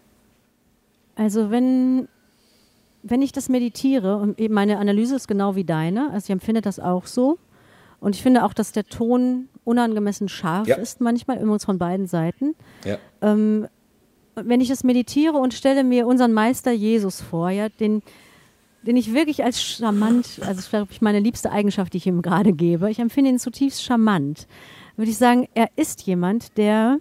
Also wenn, wenn ich das meditiere, und eben meine Analyse ist genau wie deine, also ich empfinde das auch so und ich finde auch, dass der Ton unangemessen scharf ja. ist manchmal, übrigens von beiden Seiten. Ja. Ähm, wenn ich das meditiere und stelle mir unseren Meister Jesus vor, ja, den, den ich wirklich als charmant, also das ist, glaube ich, meine liebste Eigenschaft, die ich ihm gerade gebe, ich empfinde ihn zutiefst charmant, würde ich sagen, er ist jemand, der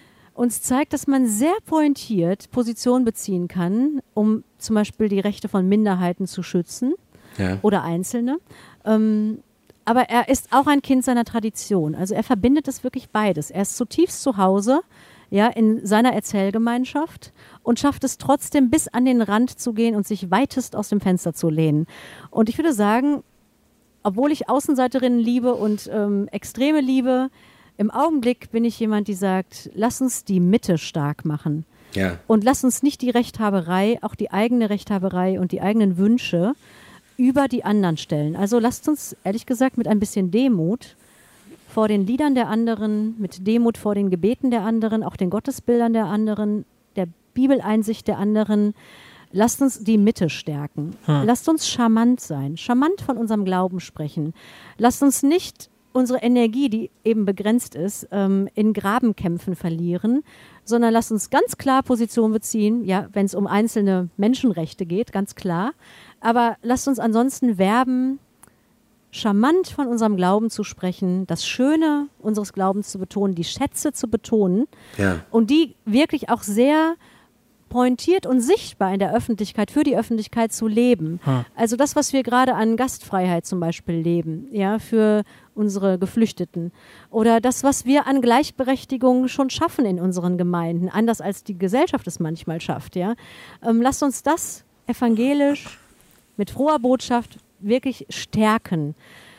uns zeigt, dass man sehr pointiert Position beziehen kann, um zum Beispiel die Rechte von Minderheiten zu schützen ja. oder Einzelne. Ähm, aber er ist auch ein Kind seiner Tradition. Also er verbindet es wirklich beides. Er ist zutiefst zu Hause, ja, in seiner Erzählgemeinschaft und schafft es trotzdem bis an den Rand zu gehen und sich weitest aus dem Fenster zu lehnen. Und ich würde sagen, obwohl ich Außenseiterinnen liebe und ähm, Extreme liebe, im Augenblick bin ich jemand, die sagt, lass uns die Mitte stark machen. Ja. Und lass uns nicht die Rechthaberei, auch die eigene Rechthaberei und die eigenen Wünsche über die anderen stellen. Also lasst uns, ehrlich gesagt, mit ein bisschen Demut vor den Liedern der anderen, mit Demut vor den Gebeten der anderen, auch den Gottesbildern der anderen, der Bibeleinsicht der anderen. Lasst uns die Mitte stärken. Hm. Lasst uns charmant sein, charmant von unserem Glauben sprechen. Lasst uns nicht unsere Energie, die eben begrenzt ist, ähm, in Grabenkämpfen verlieren, sondern lasst uns ganz klar Position beziehen, ja, wenn es um einzelne Menschenrechte geht, ganz klar. Aber lasst uns ansonsten werben, charmant von unserem Glauben zu sprechen, das Schöne unseres Glaubens zu betonen, die Schätze zu betonen ja. und die wirklich auch sehr pointiert und sichtbar in der Öffentlichkeit, für die Öffentlichkeit zu leben. Hm. Also das, was wir gerade an Gastfreiheit zum Beispiel leben, ja, für unsere Geflüchteten. Oder das, was wir an Gleichberechtigung schon schaffen in unseren Gemeinden, anders als die Gesellschaft es manchmal schafft. Ja. Ähm, lasst uns das evangelisch mit froher Botschaft wirklich stärken.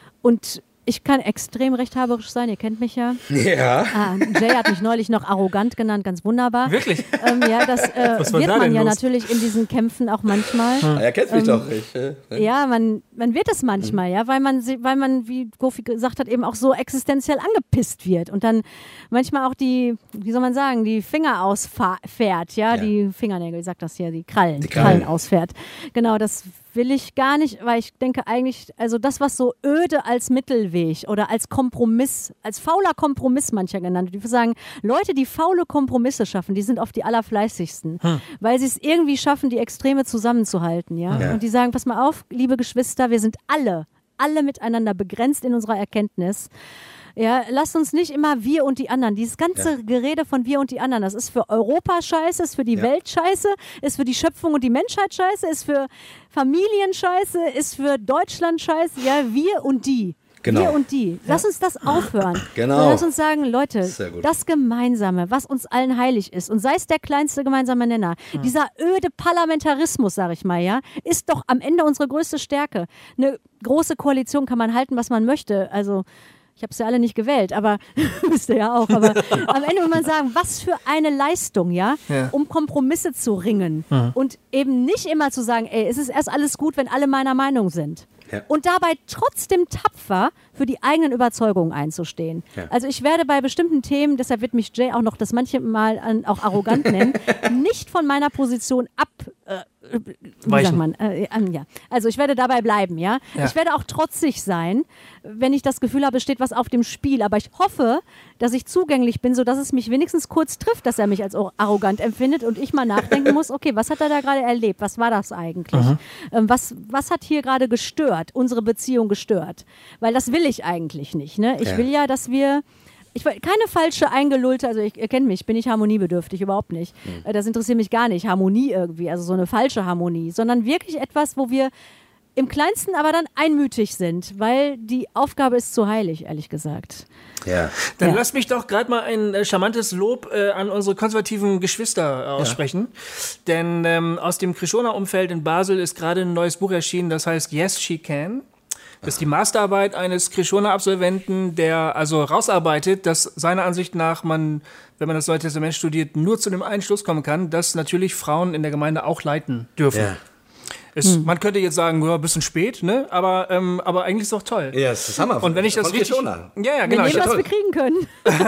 Und ich kann extrem rechthaberisch sein, ihr kennt mich ja. Ja. Ah, Jay hat mich neulich noch arrogant genannt, ganz wunderbar. Wirklich? Ähm, ja, das äh, wird da man ja los? Natürlich in diesen Kämpfen auch manchmal. Hm. Er kennt mich ähm, doch nicht. Ja, man, man wird es manchmal, hm. ja, weil man, weil man, wie Gofi gesagt hat, eben auch so existenziell angepisst wird und dann manchmal auch die, wie soll man sagen, die Finger ausfährt, ja, ja. die Fingernägel, ich sag das hier, die Krallen, die Krallen. Krallen ausfährt. Genau, das will ich gar nicht, weil ich denke eigentlich, also das, was so öde als Mittelweg oder als Kompromiss, als fauler Kompromiss mancher genannt wird, die sagen, Leute, die faule Kompromisse schaffen, die sind oft die allerfleißigsten, hm. weil sie es irgendwie schaffen, die Extreme zusammenzuhalten, ja? ja. Und die sagen, pass mal auf, liebe Geschwister, wir sind alle, alle miteinander begrenzt in unserer Erkenntnis. Ja, lasst uns nicht immer wir und die anderen. Dieses ganze ja. Gerede von wir und die anderen, das ist für Europa scheiße, ist für die ja. Welt scheiße, ist für die Schöpfung und die Menschheit scheiße, ist für Familien scheiße, ist für Deutschland scheiße. Ja, wir und die. Genau. Wir und die. Lass uns das aufhören. Genau. Lass uns sagen, Leute, das Gemeinsame, was uns allen heilig ist, und sei es der kleinste gemeinsame Nenner, mhm. dieser öde Parlamentarismus, sag ich mal, ja, ist doch am Ende unsere größte Stärke. Eine große Koalition kann man halten, was man möchte. Also ich habe es ja alle nicht gewählt, aber wisst ihr ja auch. Aber am Ende muss man sagen, was für eine Leistung, ja, ja. um Kompromisse zu ringen. Mhm. Und eben nicht immer zu sagen, ey, es ist erst alles gut, wenn alle meiner Meinung sind. Ja. Und dabei trotzdem tapfer für die eigenen Überzeugungen einzustehen. Ja. Also ich werde bei bestimmten Themen, deshalb wird mich Jay auch noch das manche Mal an, auch arrogant nennen, nicht von meiner Position ab... Äh, wie sagt man? Äh, äh, ja. Also ich werde dabei bleiben, ja? ja. Ich werde auch trotzig sein, wenn ich das Gefühl habe, es steht was auf dem Spiel. Aber ich hoffe, dass ich zugänglich bin, sodass es mich wenigstens kurz trifft, dass er mich als arrogant empfindet und ich mal nachdenken muss, okay, was hat er da gerade erlebt? Was war das eigentlich? Mhm. Ähm, was, was hat hier gerade gestört, unsere Beziehung gestört? Weil das will ich eigentlich nicht. Ne? Ich ja. will ja, dass wir... Ich will keine falsche eingelullte, also ich, ihr kennt mich, bin ich harmoniebedürftig, überhaupt nicht. Mhm. Das interessiert mich gar nicht, Harmonie irgendwie, also so eine falsche Harmonie, sondern wirklich etwas, wo wir im Kleinsten aber dann einmütig sind, weil die Aufgabe ist zu heilig, ehrlich gesagt. Ja. Dann ja. lass mich doch gerade mal ein äh, charmantes Lob äh, an unsere konservativen Geschwister äh, aussprechen. Ja. Denn ähm, aus dem Krishona-Umfeld in Basel ist gerade ein neues Buch erschienen, das heißt Yes, She Can. Das ist die Masterarbeit eines Krishona-Absolventen, der also rausarbeitet, dass seiner Ansicht nach man, wenn man das Neue Testament studiert, nur zu dem einen Schluss kommen kann, dass natürlich Frauen in der Gemeinde auch leiten dürfen. Ja. Es, hm. Man könnte jetzt sagen, ja, ein bisschen spät, ne? Aber, ähm, aber eigentlich ist es doch toll. Ja, das ist Hammer. Und wenn ich das richtig, ja, ja, genau. Wenn wir was wir kriegen können.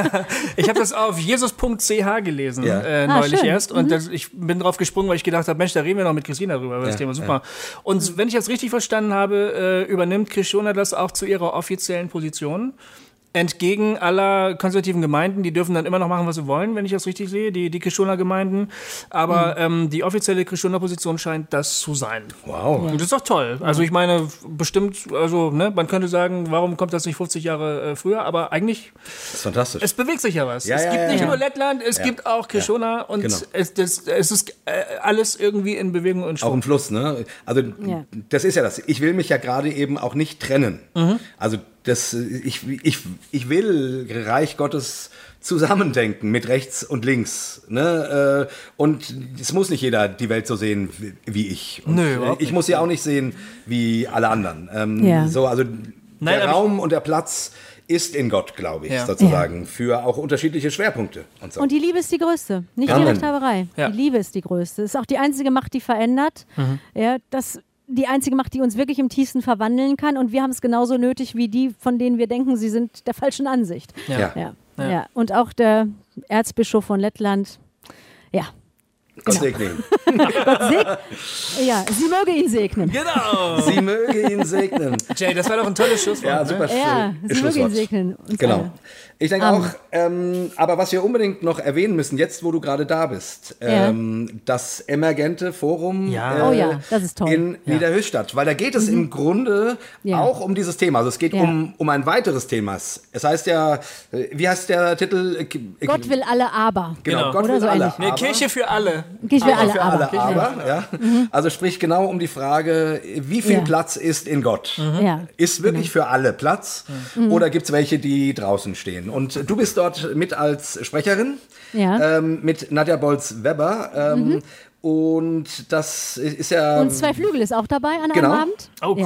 Ich habe das auf jesus punkt c h gelesen, ja. äh, ah, neulich schön. erst. Und mhm. das, ich bin drauf gesprungen, weil ich gedacht habe, Mensch, da reden wir noch mit Christina drüber, über ja, das Thema, super. Ja. Und mhm. wenn ich das richtig verstanden habe, äh, übernimmt Krishona das auch zu ihrer offiziellen Position. Entgegen aller konservativen Gemeinden, die dürfen dann immer noch machen, was sie wollen, wenn ich das richtig sehe, die, die Krishona-Gemeinden. Aber mhm. ähm, die offizielle Krishona-Position scheint das zu sein. Wow. Und das ist doch toll. Also ich meine, bestimmt, also ne, man könnte sagen, warum kommt das nicht fünfzig Jahre äh, früher? Aber eigentlich, das ist fantastisch. Es bewegt sich ja was. Ja, es ja, gibt ja, nicht ja. nur Lettland, es ja. gibt auch Krishona ja. und genau. es, das, es ist äh, alles irgendwie in Bewegung und Schwung. Auch im Fluss, ne? Also ja. das ist ja das. Ich will mich ja gerade eben auch nicht trennen. Mhm. Also Das, ich, ich, ich will Reich Gottes zusammendenken mit rechts und links. Ne? Und es muss nicht jeder die Welt so sehen wie ich. Und Nö, ich muss sie auch nicht sehen wie alle anderen. Ähm, ja. so, also Nein, der Raum und der Platz ist in Gott, glaube ich, ja. sozusagen, ja. für auch unterschiedliche Schwerpunkte. Und, so. Und die Liebe ist die größte, nicht Amen. Die Rechthaberei. Ja. Die Liebe ist die größte. Ist auch die einzige Macht, die verändert. Mhm. Ja, das die einzige Macht, die uns wirklich im Tiefsten verwandeln kann. Und wir haben es genauso nötig wie die, von denen wir denken, sie sind der falschen Ansicht. Ja. Ja. Ja. Ja. Ja. Und auch der Erzbischof von Lettland, ja. Gott genau. segne ihn. Gott seg- ja, sie möge ihn segnen. Genau. Sie möge ihn segnen. Jay, das war doch ein tolles Schlusswort. Ja, super ne? Ja, sie Schlusswort. möge ihn segnen. Genau. Alle. Ich denke auch, ähm, aber was wir unbedingt noch erwähnen müssen, jetzt wo du gerade da bist, ähm, ja. das emergente Forum ja. Äh, oh ja, das ist toll. in ja. Niederhöchstadt, weil da geht es mhm. im Grunde ja. auch um dieses Thema. Also es geht ja. um, um ein weiteres Thema. Es heißt ja, wie heißt der Titel? Gott will alle aber. Genau, genau. Gott Oder will so alle ähnlich. aber. Nee, Kirche für alle. Kirche für alle, für aber. alle aber. Ja. Mhm. Also sprich genau um die Frage, wie viel ja. Platz ist in Gott? Mhm. Ja. Ist wirklich genau. für alle Platz? Mhm. Oder gibt es welche, die draußen stehen? Und du bist dort mit als Sprecherin, ja. ähm, mit Nadja Bolz-Weber. Ähm, mhm. Und das ist ja... Und Zwei Flügel ist auch dabei an genau. einem Abend. Oh, cool.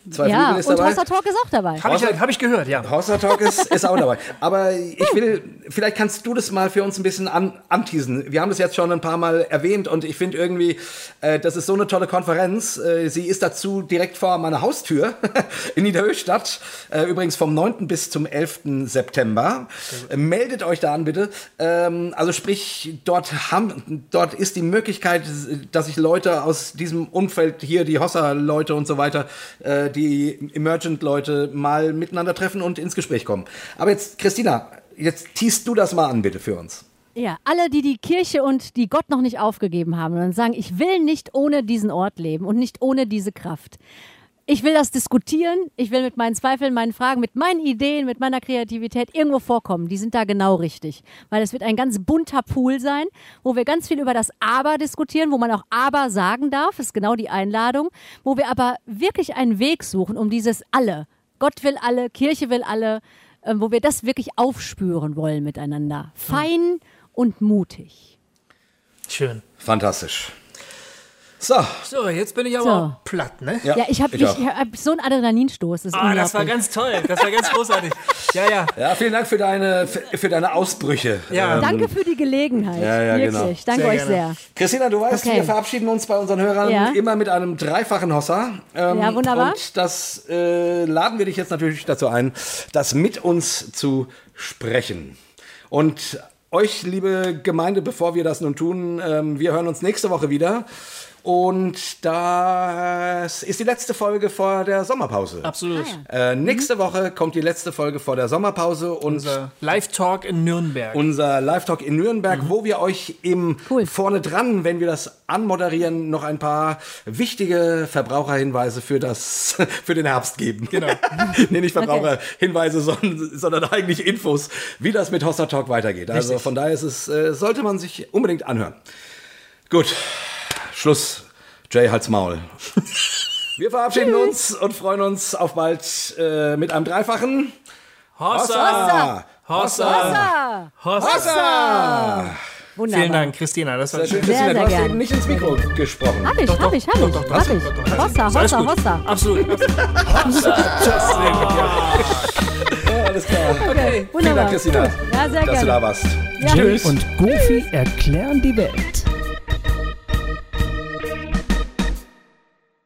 Zwei Ja, Flügel ist und dabei. Hossa Talk ist auch dabei. Habe ich, hab ich gehört, ja. Hossa Talk ist, ist auch dabei. Aber ich will, vielleicht kannst du das mal für uns ein bisschen an, anteasen. Wir haben das jetzt schon ein paar Mal erwähnt und ich finde irgendwie, äh, das ist so eine tolle Konferenz. Äh, sie ist dazu direkt vor meiner Haustür in Niederöstadt. Äh, übrigens vom neunten bis zum elften September. Äh, meldet euch da an, bitte. Ähm, also sprich, dort, haben, dort ist die Möglichkeit, dass sich Leute aus diesem Umfeld hier, die Hossa-Leute und so weiter, äh, die Emergent-Leute mal miteinander treffen und ins Gespräch kommen. Aber jetzt, Christina, jetzt teast du das mal an, bitte, für uns. Ja, alle, die die Kirche und die Gott noch nicht aufgegeben haben und dann sagen, ich will nicht ohne diesen Ort leben und nicht ohne diese Kraft. Ich will das diskutieren, ich will mit meinen Zweifeln, meinen Fragen, mit meinen Ideen, mit meiner Kreativität irgendwo vorkommen. Die sind da genau richtig. Weil es wird ein ganz bunter Pool sein, wo wir ganz viel über das Aber diskutieren, wo man auch Aber sagen darf, das ist genau die Einladung, wo wir aber wirklich einen Weg suchen, um dieses Alle. Gott will alle, Kirche will alle, äh, wo wir das wirklich aufspüren wollen miteinander. Fein und mutig. Schön. Fantastisch. So. So, jetzt bin ich aber So. auch platt, ne? Ja, ich habe ich auch. hab so einen Adrenalinstoß. Das ist Ah, das war unglaublich. ganz toll. Das war ganz großartig. Ja, ja. Ja, vielen Dank für deine, für, für deine Ausbrüche. Ja. Danke für die Gelegenheit. Ja, ja, Wirklich. genau. Danke Sehr euch gerne. sehr. Christina, du weißt, Okay. wir verabschieden uns bei unseren Hörern Ja. immer mit einem dreifachen Hossa. Ähm, Ja, wunderbar. Und das äh, laden wir dich jetzt natürlich dazu ein, das mit uns zu sprechen. Und euch, liebe Gemeinde, bevor wir das nun tun, ähm, wir hören uns nächste Woche wieder. Und das ist die letzte Folge vor der Sommerpause. Absolut. Ah, Äh, nächste Woche kommt die letzte Folge vor der Sommerpause und Unser Live-Talk in Nürnberg. unser Live-Talk in Nürnberg, wo wir euch im Cool. vorne dran, wenn wir das anmoderieren, noch ein paar wichtige Verbraucherhinweise für das für den Herbst geben. Genau. Nee, nicht Verbraucherhinweise, sondern, sondern eigentlich Infos, wie das mit Hossa Talk weitergeht. Also Richtig. von daher ist es, äh, sollte man sich unbedingt anhören. Gut, Schluss. Jay, halt's Maul. Wir verabschieden uns und freuen uns auf bald äh, mit einem dreifachen Hossa! Hossa! Hossa! Hossa! Hossa! Wunderbar. Vielen Dank, Christina. Das war Sehr schön, Sehr, Christina. sehr Du hast gern. eben nicht ins Mikro gesprochen. Hab ich, hab ich, hab ich. doch, doch, Hab doch, ich. doch, doch, doch. Hossa, Alles Hossa, gut. Hossa. Absolut. Hossa! Sehr gut, ja. Ja, alles klar. Okay, Vielen wunderbar. Dank, Christina, Gut. Ja, sehr dass du gerne. da warst. Ja. Tschüss. Und Goofy erklären die Welt.